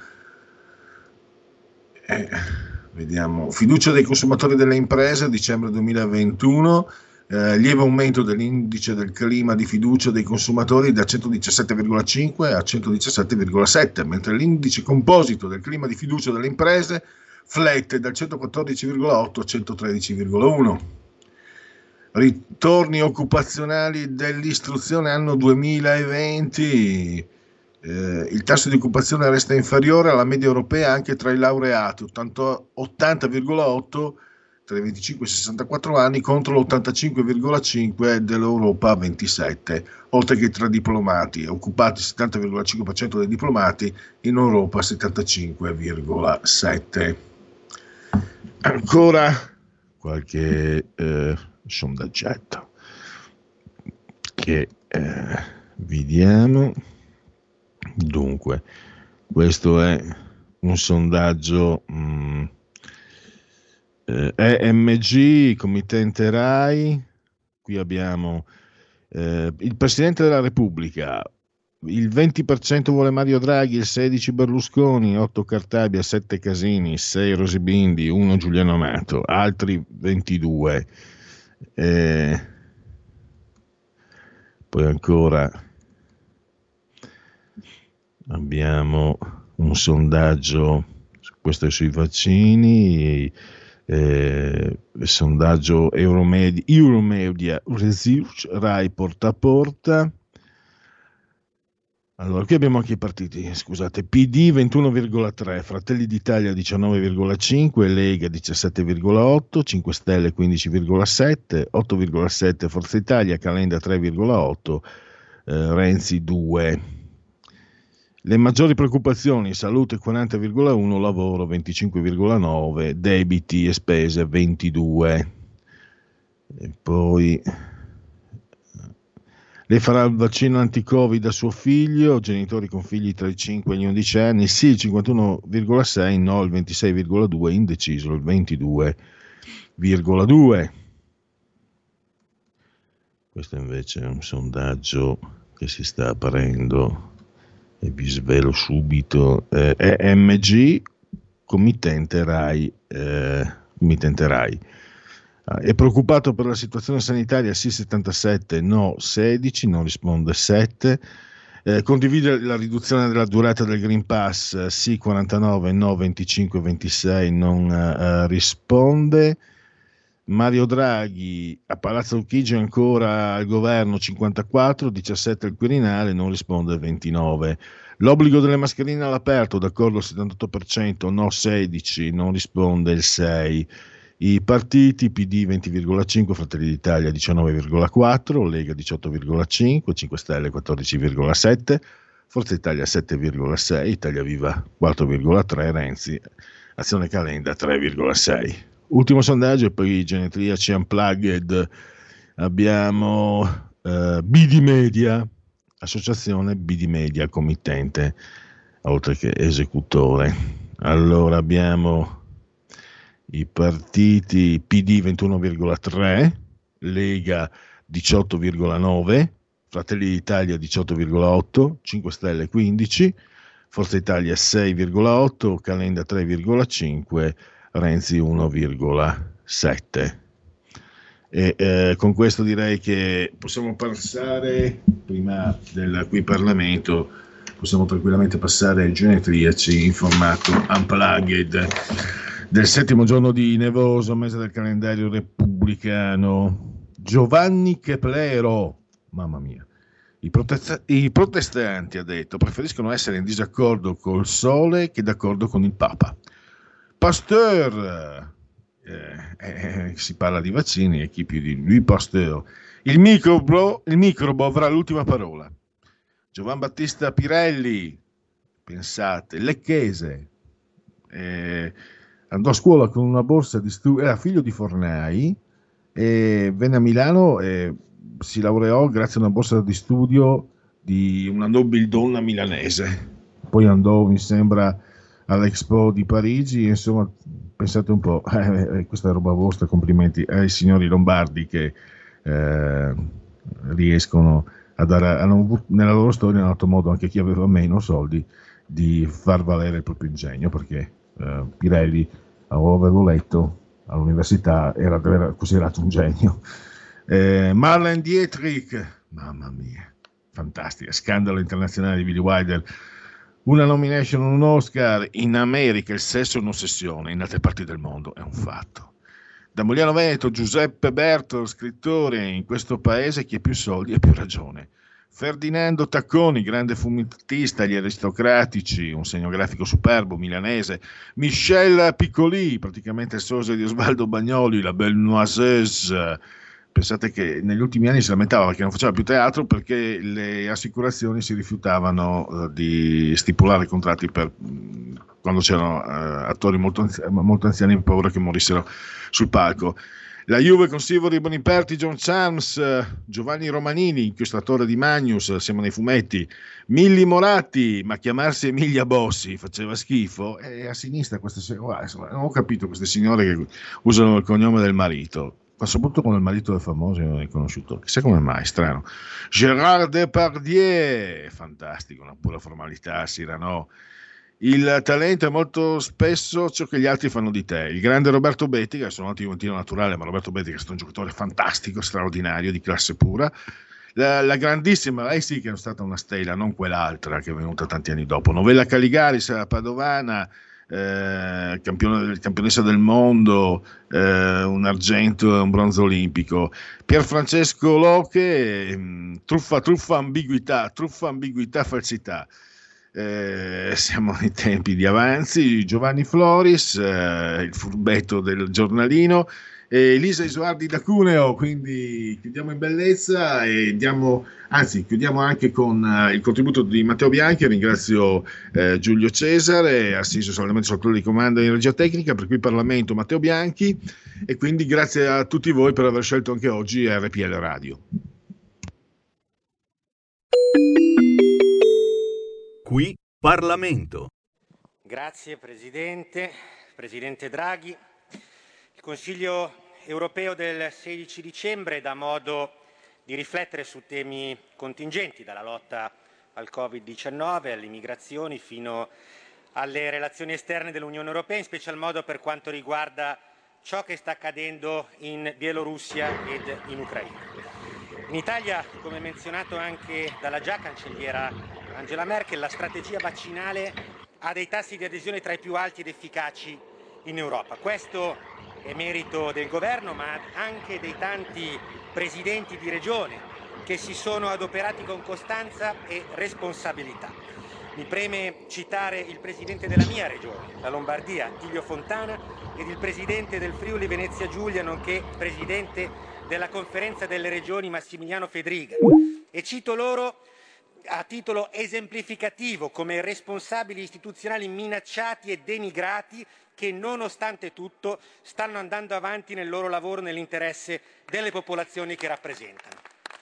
Eh, vediamo. Fiducia dei consumatori delle imprese, dicembre duemilaventuno. Eh, lieve aumento dell'indice del clima di fiducia dei consumatori da centodiciassette virgola cinque a centodiciassette virgola sette, mentre l'indice composito del clima di fiducia delle imprese flette dal centoquattordici virgola otto a centotredici virgola uno. Ritorni occupazionali dell'istruzione anno duemilaventi. Eh, il tasso di occupazione resta inferiore alla media europea anche tra i laureati, ottanta virgola otto tra i venticinque e i sessantaquattro anni contro l'ottantacinque virgola cinque dell'Europa ventisette, oltre che tra diplomati, occupati il settanta virgola cinque per cento dei diplomati, in Europa settantacinque virgola sette. Ancora qualche eh, sondaggetto che eh, vediamo. Dunque, questo è un sondaggio mh, eh, E M G, committente RAI. Qui abbiamo eh, il Presidente della Repubblica, il venti per cento vuole Mario Draghi, il sedici per cento Berlusconi, otto Cartabia, sette Casini, sei Rosy Bindi, uno Giuliano Amato, altri ventidue. Eh, poi ancora abbiamo un sondaggio, questo è sui vaccini, eh, il sondaggio Euromedia, Euromedia Research, Rai porta a porta. Allora, qui abbiamo anche i partiti, scusate, P D ventuno virgola tre, Fratelli d'Italia diciannove virgola cinque, Lega diciassette virgola otto, cinque Stelle quindici virgola sette, otto virgola sette Forza Italia, Calenda tre virgola otto, eh, Renzi due. Le maggiori preoccupazioni, salute quaranta virgola uno, lavoro venticinque virgola nove, debiti e spese ventidue. E poi... Lei farà il vaccino anti-Covid a suo figlio, genitori con figli tra i cinque e gli undici anni, sì il cinquantuno virgola sei, no il ventisei virgola due, indeciso il ventidue virgola due. Questo invece è un sondaggio che si sta aprendo e vi svelo subito. Eh, E M G, committente Rai, eh, committente Rai. È preoccupato per la situazione sanitaria, sì settantasette, no sedici, non risponde sette. Eh, condivide la riduzione della durata del Green Pass, sì quarantanove, no venticinque ventisei, non eh, risponde. Mario Draghi a Palazzo Chigi ancora al governo cinquantaquattro, diciassette al Quirinale, non risponde ventinove. L'obbligo delle mascherine all'aperto, d'accordo al settantotto per cento, no sedici, non risponde il sei. I partiti, P D venti virgola cinque, Fratelli d'Italia diciannove virgola quattro, Lega diciotto virgola cinque, cinque Stelle quattordici virgola sette, Forza Italia sette virgola sei, Italia Viva quattro virgola tre, Renzi, Azione Calenda tre virgola sei. Ultimo sondaggio e poi genetriaci unplugged. Abbiamo eh, B D Media, associazione B D Media, committente, oltre che esecutore. Allora abbiamo i partiti, P D ventuno virgola tre, Lega diciotto virgola nove, Fratelli d'Italia diciotto virgola otto, cinque Stelle quindici, Forza Italia sei virgola otto, Calenda tre virgola cinque, Renzi uno virgola sette. E eh, con questo direi che possiamo passare, prima del qui Parlamento, possiamo tranquillamente passare ai genetriaci in formato unplugged del settimo giorno di nevoso mese del calendario repubblicano. Giovanni Keplero, mamma mia, i, protest- i protestanti, ha detto, preferiscono essere in disaccordo col sole che d'accordo con il Papa. Pasteur, eh, eh, si parla di vaccini e chi più di lui Pasteur, il microbo, il microbo avrà l'ultima parola. Giovan Battista Pirelli, pensate, Lecchese, eh, andò a scuola con una borsa di studio, era figlio di fornai e venne a Milano e si laureò grazie a una borsa di studio di una nobildonna milanese. Poi andò, mi sembra, all'Expo di Parigi, insomma, pensate un po', eh, questa è roba vostra, complimenti ai signori lombardi che eh, riescono a dare, hanno, nella loro storia hanno dato modo anche chi aveva meno soldi di far valere il proprio ingegno, perché eh, Pirelli, avevo letto all'università, era, era considerato un genio. Eh, Marlene Dietrich, mamma mia, fantastica, scandalo internazionale di Billy Wilder, una nomination, un Oscar. In America il sesso è un'ossessione, in altre parti del mondo è un fatto. Da Mogliano Veneto, Giuseppe Berto, scrittore, in questo paese chi ha più soldi ha più ragione. Ferdinando Tacconi, grande fumettista, Gli Aristocratici, un segno grafico superbo, milanese. Michel Piccoli, praticamente il sosia di Osvaldo Bagnoli, La Belle Noiseuse. Pensate che negli ultimi anni si lamentava perché non faceva più teatro, perché le assicurazioni si rifiutavano uh, di stipulare contratti per mh, quando c'erano uh, attori molto, anzi- molto anziani, per paura che morissero sul palco. La Juve con Sivori, Boniperti, John Charms, uh, Giovanni Romanini, inchistratore di Magnus, siamo nei fumetti. Milli Moratti, ma chiamarsi Emilia Bossi faceva schifo. E a sinistra queste signore, insomma, non ho capito queste signore che usano il cognome del marito. ma soprattutto con il marito del famoso non è conosciuto, chissà come mai, strano. Gérard Depardieu, fantastico, una pura formalità, Cyrano. Il talento è molto spesso ciò che gli altri fanno di te. Il grande Roberto Betti, che sono un tiro naturale, ma Roberto Betti che è stato un giocatore fantastico, straordinario, di classe pura. La, la grandissima, lei sì che è stata una stella, non quell'altra che è venuta tanti anni dopo. Novella Caligaris, padovana, eh, campione, campionessa del mondo, eh, un argento e un bronzo olimpico. Pierfrancesco Loche, mh, truffa, truffa, ambiguità, truffa, ambiguità, falsità. Eh, siamo ai tempi di Avanzi. Giovanni Floris, eh, il furbetto del giornalino, e Elisa Isoardi da Cuneo. Quindi chiudiamo in bellezza e diamo, anzi chiudiamo anche con uh, il contributo di Matteo Bianchi. Ringrazio eh, Giulio Cesare, assiso solamente sotto il comando di energia tecnica, per cui Parlamento Matteo Bianchi, e quindi grazie a tutti voi per aver scelto anche oggi R P L Radio. Qui Parlamento. Grazie Presidente, Presidente Draghi. Il Consiglio europeo del sedici dicembre dà modo di riflettere su temi contingenti, dalla lotta al Covid diciannove, alle migrazioni, fino alle relazioni esterne dell'Unione Europea, in special modo per quanto riguarda ciò che sta accadendo in Bielorussia ed in Ucraina. In Italia, come menzionato anche dalla già cancelliera Angela Merkel, la strategia vaccinale ha dei tassi di adesione tra i più alti ed efficaci in Europa. Questo è merito del governo, ma anche dei tanti presidenti di regione che si sono adoperati con costanza e responsabilità. Mi preme citare il presidente della mia regione, la Lombardia, Attilio Fontana, ed il presidente del Friuli Venezia Giulia, nonché presidente della Conferenza delle Regioni, Massimiliano Fedriga, e cito loro a titolo esemplificativo come responsabili istituzionali minacciati e denigrati che nonostante tutto stanno andando avanti nel loro lavoro nell'interesse delle popolazioni che rappresentano.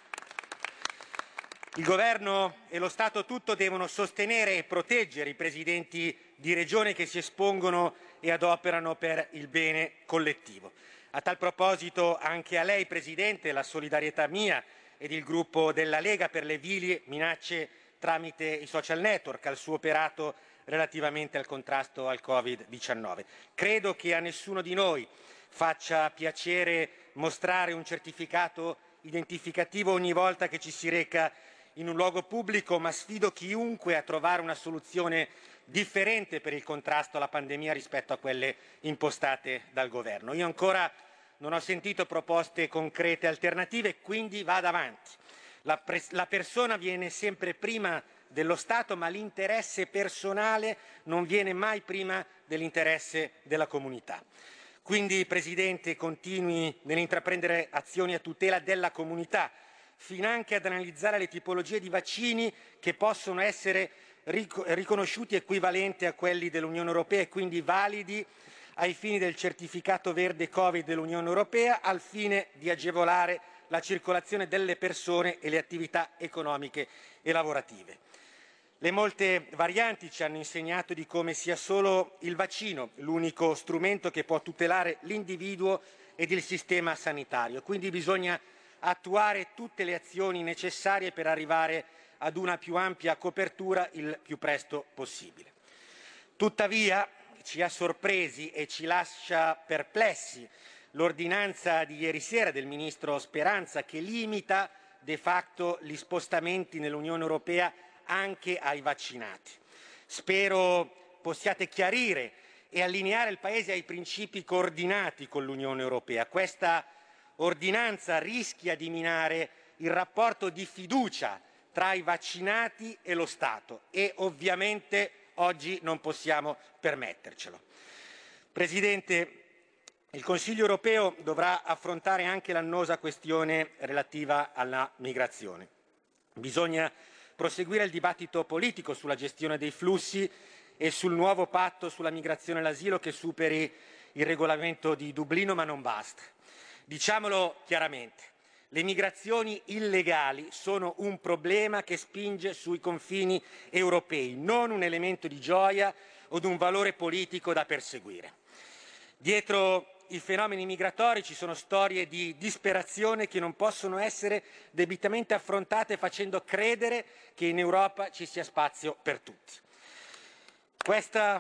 Il Governo e lo Stato tutto devono sostenere e proteggere i presidenti di regione che si espongono e adoperano per il bene collettivo. A tal proposito anche a lei, Presidente, la solidarietà mia ed il gruppo della Lega per le vili minacce tramite i social network, al suo operato relativamente al contrasto al Covid diciannove. Credo che a nessuno di noi faccia piacere mostrare un certificato identificativo ogni volta che ci si reca in un luogo pubblico, ma sfido chiunque a trovare una soluzione differente per il contrasto alla pandemia rispetto a quelle impostate dal Governo. Io ancora non ho sentito proposte concrete alternative, quindi vada avanti. La, pres- la persona viene sempre prima dello Stato, ma l'interesse personale non viene mai prima dell'interesse della comunità. Quindi, Presidente, continui nell'intraprendere azioni a tutela della comunità, finanche ad analizzare le tipologie di vaccini che possono essere ric- riconosciuti equivalenti a quelli dell'Unione Europea e quindi validi ai fini del certificato verde Covid dell'Unione Europea, al fine di agevolare la circolazione delle persone e le attività economiche e lavorative. Le molte varianti ci hanno insegnato di come sia solo il vaccino l'unico strumento che può tutelare l'individuo ed il sistema sanitario. Quindi bisogna attuare tutte le azioni necessarie per arrivare ad una più ampia copertura il più presto possibile. Tuttavia, ci ha sorpresi e ci lascia perplessi l'ordinanza di ieri sera del Ministro Speranza, che limita de facto gli spostamenti nell'Unione Europea anche ai vaccinati. Spero possiate chiarire e allineare il Paese ai principi coordinati con l'Unione Europea. Questa ordinanza rischia di minare il rapporto di fiducia tra i vaccinati e lo Stato e ovviamente oggi non possiamo permettercelo. Presidente, il Consiglio europeo dovrà affrontare anche l'annosa questione relativa alla migrazione. Bisogna proseguire il dibattito politico sulla gestione dei flussi e sul nuovo patto sulla migrazione e l'asilo che superi il regolamento di Dublino, ma non basta. Diciamolo chiaramente, le migrazioni illegali sono un problema che spinge sui confini europei, non un elemento di gioia o di un valore politico da perseguire. Dietro i fenomeni migratori ci sono storie di disperazione che non possono essere debitamente affrontate facendo credere che in Europa ci sia spazio per tutti. Questa,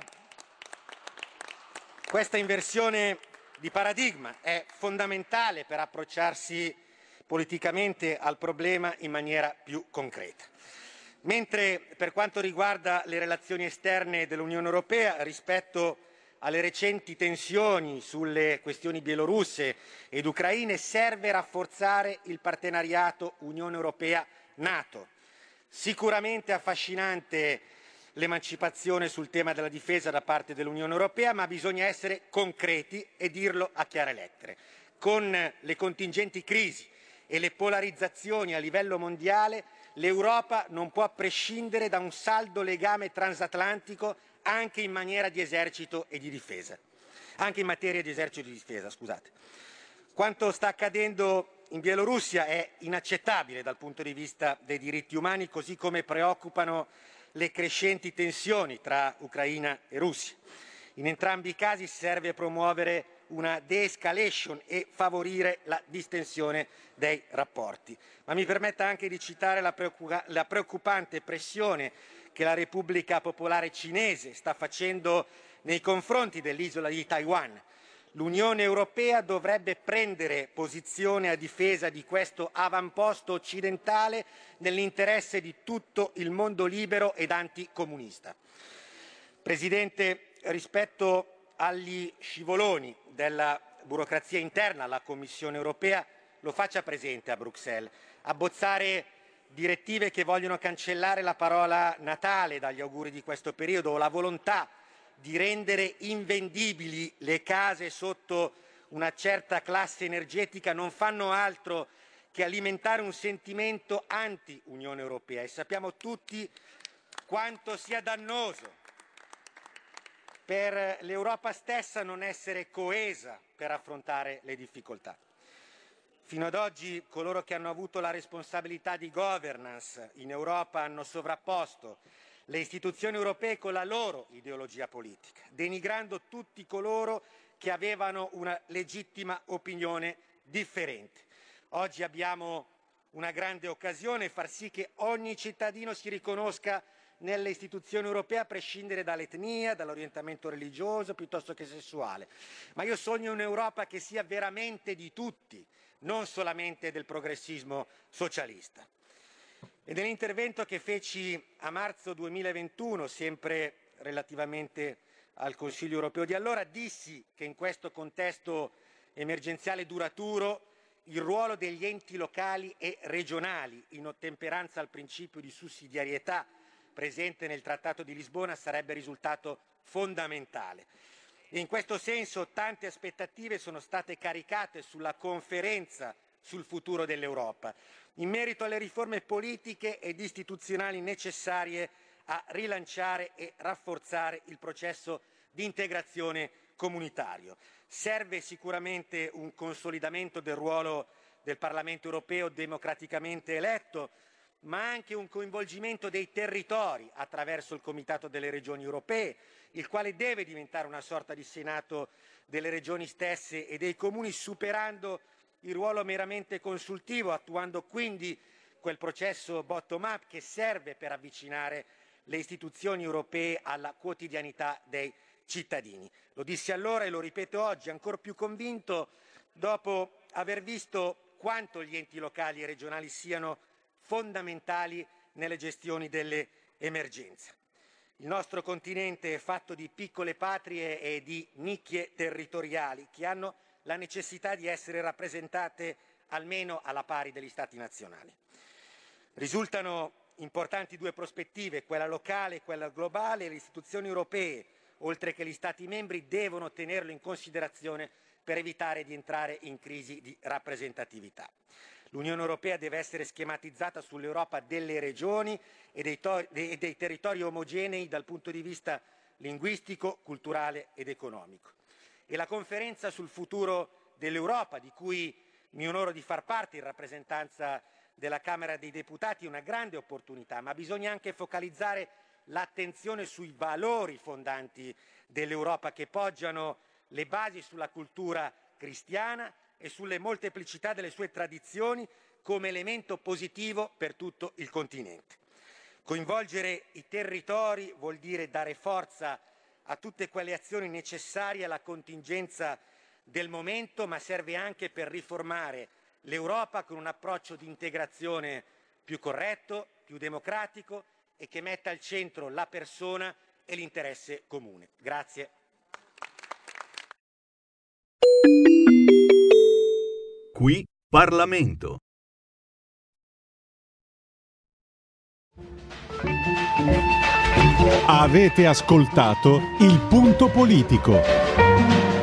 questa inversione di paradigma è fondamentale per approcciarsi politicamente al problema in maniera più concreta. Mentre per quanto riguarda le relazioni esterne dell'Unione Europea, rispetto alle recenti tensioni sulle questioni bielorusse ed ucraine, serve rafforzare il partenariato Unione Europea-NATO. Sicuramente affascinante l'emancipazione sul tema della difesa da parte dell'Unione Europea, ma bisogna essere concreti e dirlo a chiare lettere. Con le contingenti crisi e le polarizzazioni a livello mondiale, l'Europa non può prescindere da un saldo legame transatlantico anche in maniera di esercito e di difesa. Anche in materia di esercito e di difesa, scusate. Quanto sta accadendo in Bielorussia è inaccettabile dal punto di vista dei diritti umani, così come preoccupano le crescenti tensioni tra Ucraina e Russia. In entrambi i casi serve promuovere una de-escalation e favorire la distensione dei rapporti. Ma mi permetta anche di citare la, preoccupa- la preoccupante pressione che la Repubblica Popolare Cinese sta facendo nei confronti dell'isola di Taiwan. L'Unione Europea dovrebbe prendere posizione a difesa di questo avamposto occidentale nell'interesse di tutto il mondo libero ed anticomunista. Presidente, rispetto agli scivoloni della burocrazia interna alla Commissione Europea, lo faccia presente a Bruxelles. Abbozzare direttive che vogliono cancellare la parola Natale dagli auguri di questo periodo o la volontà di rendere invendibili le case sotto una certa classe energetica non fanno altro che alimentare un sentimento anti-Unione Europea e sappiamo tutti quanto sia dannoso per l'Europa stessa non essere coesa per affrontare le difficoltà. Fino ad oggi coloro che hanno avuto la responsabilità di governance in Europa hanno sovrapposto le istituzioni europee con la loro ideologia politica, denigrando tutti coloro che avevano una legittima opinione differente. Oggi abbiamo una grande occasione, far sì che ogni cittadino si riconosca nelle istituzioni europee a prescindere dall'etnia, dall'orientamento religioso piuttosto che sessuale. Ma io sogno un'Europa che sia veramente di tutti, non solamente del progressismo socialista. E nell'intervento che feci a marzo duemilaventuno, sempre relativamente al Consiglio europeo di allora, dissi che in questo contesto emergenziale duraturo il ruolo degli enti locali e regionali, in ottemperanza al principio di sussidiarietà presente nel Trattato di Lisbona, sarebbe risultato fondamentale. E in questo senso tante aspettative sono state caricate sulla conferenza sul futuro dell'Europa, in merito alle riforme politiche ed istituzionali necessarie a rilanciare e rafforzare il processo di integrazione comunitario. Serve sicuramente un consolidamento del ruolo del Parlamento europeo democraticamente eletto, ma anche un coinvolgimento dei territori attraverso il Comitato delle Regioni Europee, il quale deve diventare una sorta di Senato delle regioni stesse e dei comuni, superando il ruolo meramente consultivo, attuando quindi quel processo bottom-up che serve per avvicinare le istituzioni europee alla quotidianità dei cittadini. Lo dissi allora e lo ripeto oggi, ancor più convinto dopo aver visto quanto gli enti locali e regionali siano fondamentali nelle gestioni delle emergenze. Il nostro continente è fatto di piccole patrie e di nicchie territoriali che hanno la necessità di essere rappresentate almeno alla pari degli Stati nazionali. Risultano importanti due prospettive, quella locale e quella globale, e le istituzioni europee, oltre che gli Stati membri, devono tenerlo in considerazione per evitare di entrare in crisi di rappresentatività. L'Unione Europea deve essere schematizzata sull'Europa delle regioni e dei, to- e dei territori omogenei dal punto di vista linguistico, culturale ed economico. E la conferenza sul futuro dell'Europa, di cui mi onoro di far parte in rappresentanza della Camera dei Deputati, è una grande opportunità, ma bisogna anche focalizzare l'attenzione sui valori fondanti dell'Europa che poggiano le basi sulla cultura cristiana e sulle molteplicità delle sue tradizioni come elemento positivo per tutto il continente. Coinvolgere i territori vuol dire dare forza a tutte quelle azioni necessarie alla contingenza del momento, ma serve anche per riformare l'Europa con un approccio di integrazione più corretto, più democratico e che metta al centro la persona e l'interesse comune. Grazie. Qui Parlamento. Avete ascoltato Il Punto Politico.